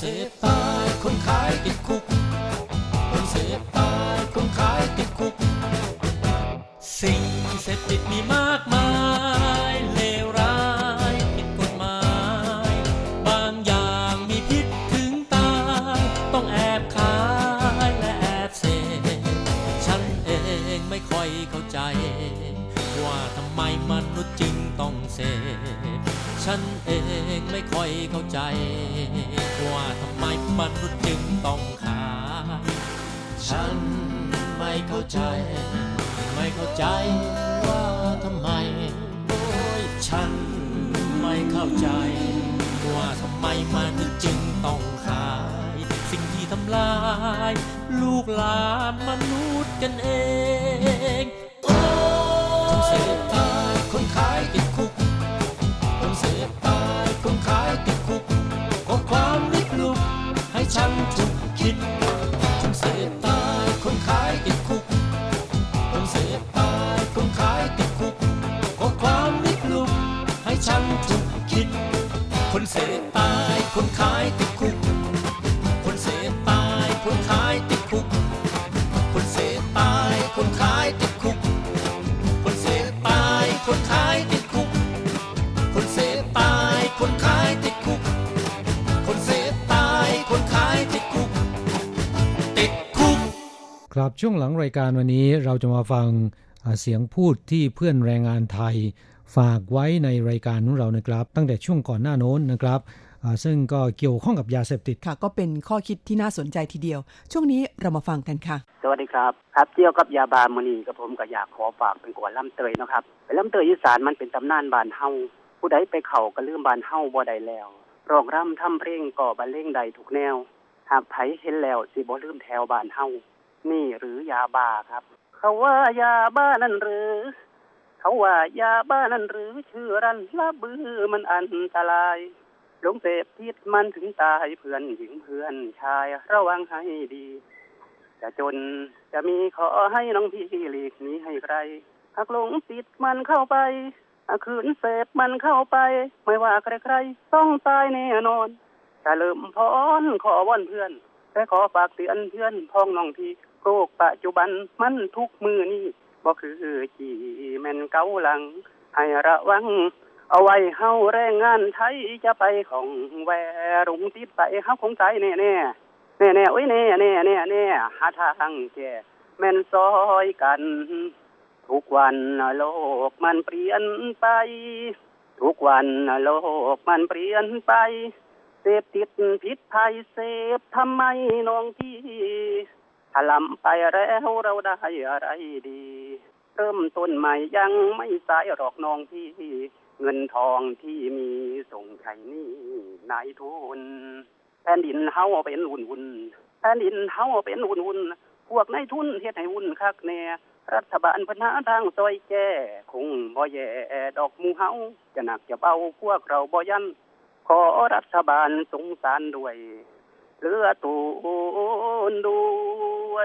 Speaker 10: เสพตายคนขายติดคุกคนเสพตายคนขายติดคุกสิ่งเสพติดมีมากมายเลวร้ายผิดกฎหมายบางอย่างมีพิษถึงตายต้องแอบขายและแอบเสพฉันเองไม่ค่อยเข้าใจว่าทำไมมนุษย์จึงต้องเสพฉันเองไม่ค่อยเข้าใจว่าทำไมมนุษย์จึงต้องขายฉันไม่เข้าใจไม่เข้าใจว่าทำไมโอ้ยฉันไม่เข้าใจว่าทำไมมนุษย์จึงต้องขายสิ่งที่ทำลายลูกหลานมนุษย์กันเองโอ้คนเสพตายคนขายติดคุกคนเสพตายคนขายติดคุกก็ความลิบลุกให้ฉันฉุกคิดคนเสพตายคนขายติดคุกคนเสพตายคนขายติดคุกก็ความลิบลุกให้ฉันฉุกคิดคนเสพตายคนขายติดคุกคนเสพตายคนขายติดคุกคนเสพตายคนขายติดคุกคนเสพตายคนขายติดคุกคนเสพตายคนขายติดคุกคนเสพตายคนขายติดคุกติดคุก
Speaker 3: ครับช่วงหลังรายการวันนี้เราจะมาฟังเสียงพูดที่เพื่อนแรงงานไทยฝากไว้ในรายการของเรานะครับตั้งแต่ช่วงก่อนหน้าโน้นนะครับซึ่งก็เกี่ยวข้องกับยาเสพติด
Speaker 13: ค่ะก็เป็นข้อคิดที่น่าสนใจทีเดียวช่วงนี้เรามาฟังกันค่ะ
Speaker 14: สวัสดีครับครับเกี่ยวกับยาบามื้อนี้กับผมก็อยากขอฝากเป็นกวนล่ำเตยนะครับเป็นล่ำเตยอีสานมันเป็นตำนานบ้านเฮาผู้ใดไปเข้าก็ลืมบ้านเฮาบ่ได้แล้วร้องรำทำเพลงก็บรรเลงได้ทุกแนวหากไผเห็นแล้วสิบ่ลืมแถวบ้านเฮานี่หรือยาบ้าครับเขาว่ายาบ้านั่นหรือเขาว่ายาบ้านั่นหรือชื่อรันละบือมันอันตรายลงเสพพิษมันถึงตายเพื่อนหญิงเพื่อนชายระวังให้ดีจะจนจะมีขอให้น้องพี่หลีกหนีให้ใครหากหลงติดมันเข้าไปหากขืนเสพมันเข้าไปไม่ว่าใครๆต้องตายแน่นอนจะเริ่มพรขอวอนเพื่อนแต่ขอฝากเตือนเพื่อนพ้องน้องพี่โรคปัจจุบันมันทุกมือนี้บ่คือจีแม่นเกาหลังให้ระวังเอาไว้เฮาแรงงานไทยจะไปของแวรุงติดไปเฮาคงตายแน่ๆแน่ๆโอ้ยแน่ๆหาทางแก้แม่นซอยกันทุกวันโลกมันเปลี่ยนไปทุกวันโลกมันเปลี่ยนไปเสพติดพิษภัยเสพทำไมน้องพี่ถ้าลำไปแล้วเราได้อะไรดีเริ่มต้นใหม่ยังไม่สายหรอกน้องพี่เงินทองที่มีส่งใช้หนี้นายทุนแผ่นดินเฮาเป็นวุ่นๆแผ่นดินเฮาเป็นวุ่นๆพวกนายทุนเฮ็ดให้วุ่นคักแน่รัฐบาลเพิ่นหาทางซอยแก้คงบ่แย่ดอกหมู่เฮาจะหนักจะเบาพวกเราบ่ยันขอรัฐบาลสงสารด้วยเหลือตูนด้วย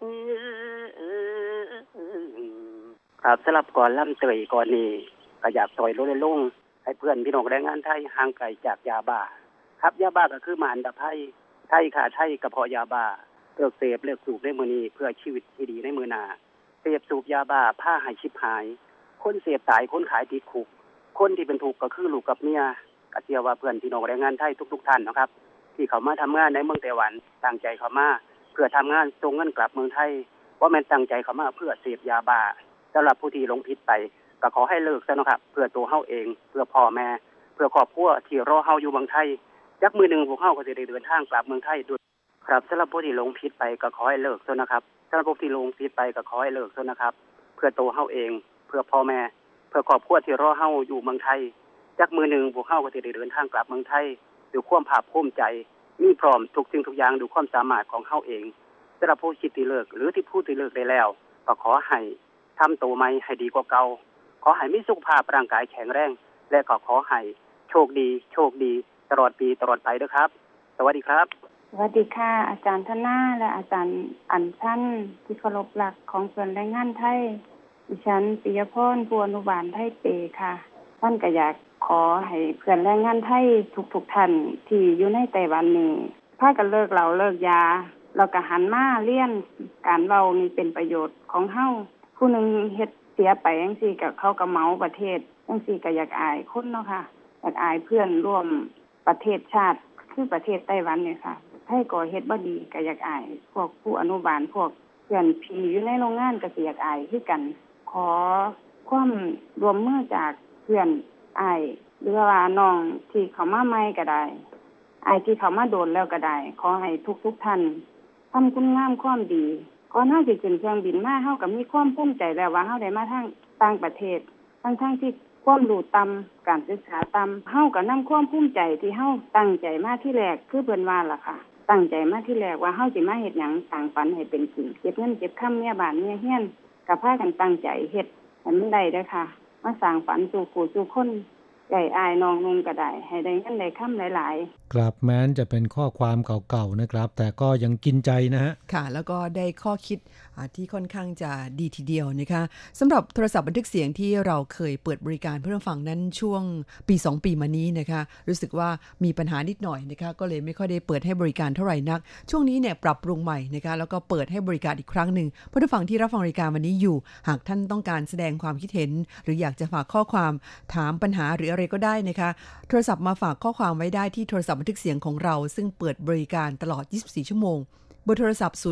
Speaker 14: ครับสำหรับก่อนล่ำเตยก่อนนี้ก็อยากซอยลดลงให้เพื่อนพี่น้องแรงงานไทยห่างไกลจากยาบ้าครับยาบ้าก็คือมารดาภัยไทยค่ะไทยกระเพาะยาบ้าเลิกเสพเลิกสูบในมื้อนี้เพื่อชีวิตที่ดีในมื้อหน้าเสพสูบยาบ้าผ้าให้ชิบหายคนเสพตายคนขายติดคุกคนที่เป็นทุกข์ก็คือลูกกับเมียก็เชื่อว่าเพื่อนพี่น้องแรงงานไทยทุกๆท่านนะครับที่เขามาทำงานในเมืองไต้หวันตั้งใจเขามาเพื่อทำงานส่งเงินกลับเมืองไทยว่าแม่นตั้งใจเขามาเพื่อเสพยาบ้าสำหรับผู้ที่หลงผิดไปก็ขอให้เลิกซะนะครับเพื่อตัวเฮาเองเพื่อพ่อแม่เพื่อครอบครัวที่รอเฮาอยู่เมืองไทยจักมื้อนึงพวกเฮาก็สิได้เดินทางกลับเมืองไทยด้วยครับสำหรับผู้ที่หลงผิดไปก็ขอให้เลิกซะนะครับสำหรับผู้ที่หลงผิดไปก็ขอให้เลิกซะนะครับเพื่อตัวเฮาเองเพื่อพ่อแม่เพื่อครอบครัวที่รอเฮาอยู่เมืองไทยจักมื้อนึงพวกเฮาก็สิได้เดินทางกลับเมืองไทยด้วยความภาคภูมิใจมีพร้อมทุกสิ่งทุกอย่างด้วยความสามารถของเฮาเองสำหรับผู้คิดที่เลิกหรือที่ผู้ที่เลิกได้แล้วก็ขอให้ทำตัวใหม่ให้ดีกว่าเก่าขอให้มีสุขภาพร่างกายแข็งแรงและก็ขอให้โชคดีตลอดปีตลอดไปด้วยครับสวัสดีครับ
Speaker 15: สวัสดีค่ะอาจารย์ธนาและอาจารย์อัญชันที่เคารพรักของส่วนแรงงานไทยดิฉันปิยพรบัวอนุบาลไทยเปค่ะท่านก็อยากขอให้เพื่อนแรงงานไทยทุกท่านที่อยู่ในไต้หวันนี้พากันเลิกเหล้าเลิกยาเราก็หันมาเรียนการเว้านี่เป็นประโยชน์ของเฮาผู้นึงเฮ็ดเสียไปจังซี่ก็เขาก็เมาประเทศจังซี่ก็อยากอายคนเนาะค่ะอยากอายเพื่อนร่วมประเทศชาติคือประเทศไต้หวันเนี่ยค่ะให้ก่อเฮ็ดบ่ดีก็อยากอายพวกผู้อนุบาลพวกเพื่อนพี่อยู่ในโรงงานก็สิอยากอายคือกันขอความร่วมมือจากเพื่อนอ้ายหรือว่าน้องที่เข้ามาใหม่ก็ได้อ้ายที่เข้ามาโดนแล้วก็ได้ขอให้ทุกท่านทำคุณงามความดีก่อนเฮาสิขึ้นเครื่องบินมาเฮาก็มีความภูมิใจแล้วว่าเฮาได้มาทางต่างประเทศทั้งที่ความรู้ต่ำการศึกษาต่ำเฮาก็นำความภูมิใจที่เฮาตั้งใจมาที่แรกคือเพิ่นว่าล่ะค่ะตั้งใจมาที่แรกว่าเฮาสิมาเฮ็ดหยังสร้างฝันให้เป็นจริงเก็บเงินเก็บค่ำเมียบ้านเมียเฮียนก็พากันตั้งใจเฮ็ดให้มันได้เด้อค่ะมาสร้างฝันสู่ผู้สู่คนใหญ่อายน้องนุ่งก็ได้ให้ได้เงินได้ค่ำหลายๆ
Speaker 3: ครับแม้นจะเป็นข้อความเก่าๆนะครับแต่ก็ยังกินใจนะฮะ
Speaker 13: ค่ะแล้วก็ได้ข้อคิดที่ค่อนข้างจะดีทีเดียวนะคะสำหรับโทรศัพท์บันทึกเสียงที่เราเคยเปิดบริการเพื่อฟังนั้นช่วงปี2ปีมานี้นะคะรู้สึกว่ามีปัญหานิดหน่อยนะคะก็เลยไม่ค่อยได้เปิดให้บริการเท่าไหร่นักช่วงนี้เนี่ยปรับปรุงใหม่นะคะแล้วก็เปิดให้บริการอีกครั้งนึงผู้ฟังที่รับฟังรายการวันนี้อยู่หากท่านต้องการแสดงความคิดเห็นหรืออยากจะฝากข้อความถามปัญหาหรืออะไรก็ได้นะคะโทรศัพท์มาฝากข้อความไว้ได้ที่โทรศัพท์บันทึกเสียงของเราซึ่งเปิดบริการตลอด24ชั่วโมงเบอร์โทรศัพท์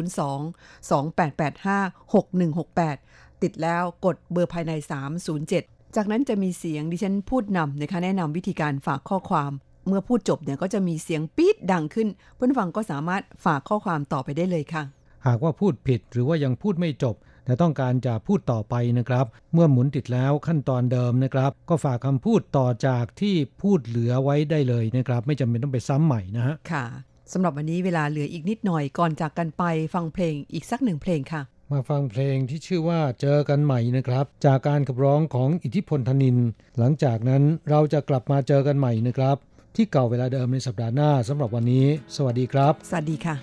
Speaker 13: 02-2885-6168ติดแล้วกดเบอร์ภายใน307จากนั้นจะมีเสียงดิฉันพูดนำนะคะแนะนำวิธีการฝากข้อความเมื่อพูดจบเนี่ยก็จะมีเสียงปี๊ดดังขึ้นเพื่อนฟังก็สามารถฝากข้อความต่อไปได้เลยค่ะ
Speaker 3: หากว่าพูดผิดหรือว่ายังพูดไม่จบแต่ต้องการจะพูดต่อไปนะครับเมื่อหมุนติดแล้วขั้นตอนเดิมนะครับก็ฝากคำพูดต่อจากที่พูดเหลือไว้ได้เลยนะครับไม่จำเป็นต้องไปซ้ำใหม่นะฮะ
Speaker 13: ค่ะสำหรับวันนี้เวลาเหลืออีกนิดหน่อยก่อนจากกันไปฟังเพลงอีกสักหนึ่งเพลงค่ะ
Speaker 3: มาฟังเพลงที่ชื่อว่าเจอกันใหม่นะครับจากการขับร้องของอิทธิพลธนินทร์หลังจากนั้นเราจะกลับมาเจอกันใหม่นะครับที่เก่าเวลาเดิมในสัปดาห์หน้าสำหรับวันนี้สวัสดีครับ
Speaker 13: สวัสดีค่ะ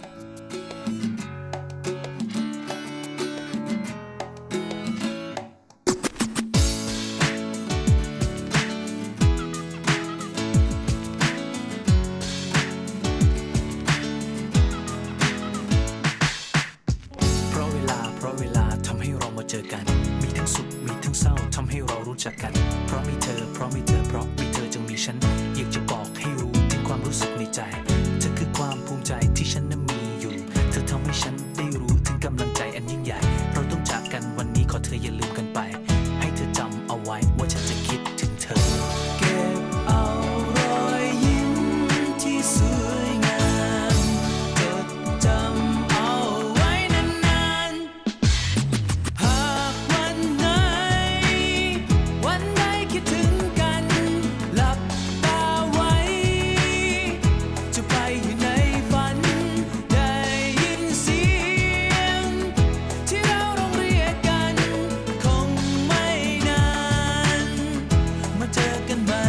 Speaker 16: จากกันเพราะมีเธอเพราะมีเธอเพราะมีเธอจึงมีฉันอยากจะบอกให้รู้ถึงความรู้สึกในใจเธอคือความภูมิใจที่ฉันนั้นมีอยู่เธอทำให้ฉันได้รู้ถึงกำลังใจอันยิ่งใหญ่เราต้องจากกันวันนี้ขอเธออย่าลืมกันไปให้เธอจำเอาไว้ว่าฉันจะคิดถึงเธอเก็บเอารอยยิ้มที่สวยงามจดจำเอาไว้นานๆหากวันไหนวันใดคิดถึงกันหลับตาไว้จะไปอยู่ในฝันได้ยินเสียงที่เราร้องเรียกกันคงไม่นานมาเจอกันใหม่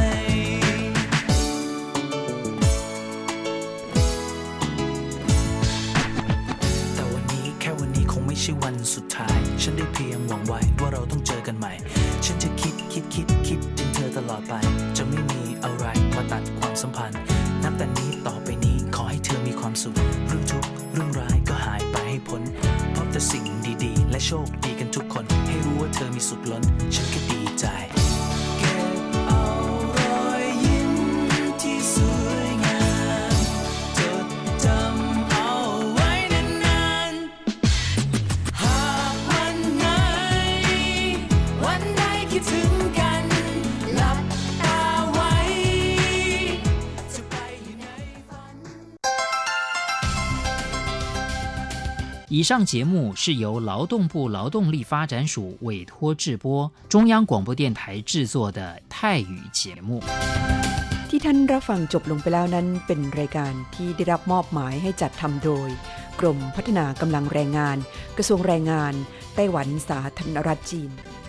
Speaker 16: แต่วันนี้แค่วันนี้คงไม่ใช่วันสุดท้ายฉันได้เพียงหวังไว้ว่าเราต้องเจอกันใหม่ฉันจะคิดถึงเธอตลอดไปจะไม่มีอะไรมาตัดความสัมพันธ์นับแต่นี้ต่อไปนี้ขอให้เธอมีความสุขเรื่องทุกข์เรื่องร้ายก็หายไปให้พ้นพบแต่สิ่งดีๆและโชคดีกันทุกคนให้รู้ว่าเธอมีสุขล้นฉันก็ดีใจเก็บเอารอยยิ้มที่สวยงามจดจำเอาไว้นานๆหากวันไหนวันใดคิดถึงกันหลับตาไว้จะไปอยู่ในฝัน
Speaker 2: 以上节目是由劳动部劳动力发展署委托制播，中央广播电台制作的泰语节目。
Speaker 13: ที่ท่านรับฟังจบลงไปแล้วนั้นเป็นรายการที่ได้รับมอบหมายให้จัดทำโดยกรมพัฒนากำลังแรงงานกระทรวงแรงงานไต้หวันสาธารณรัฐจีน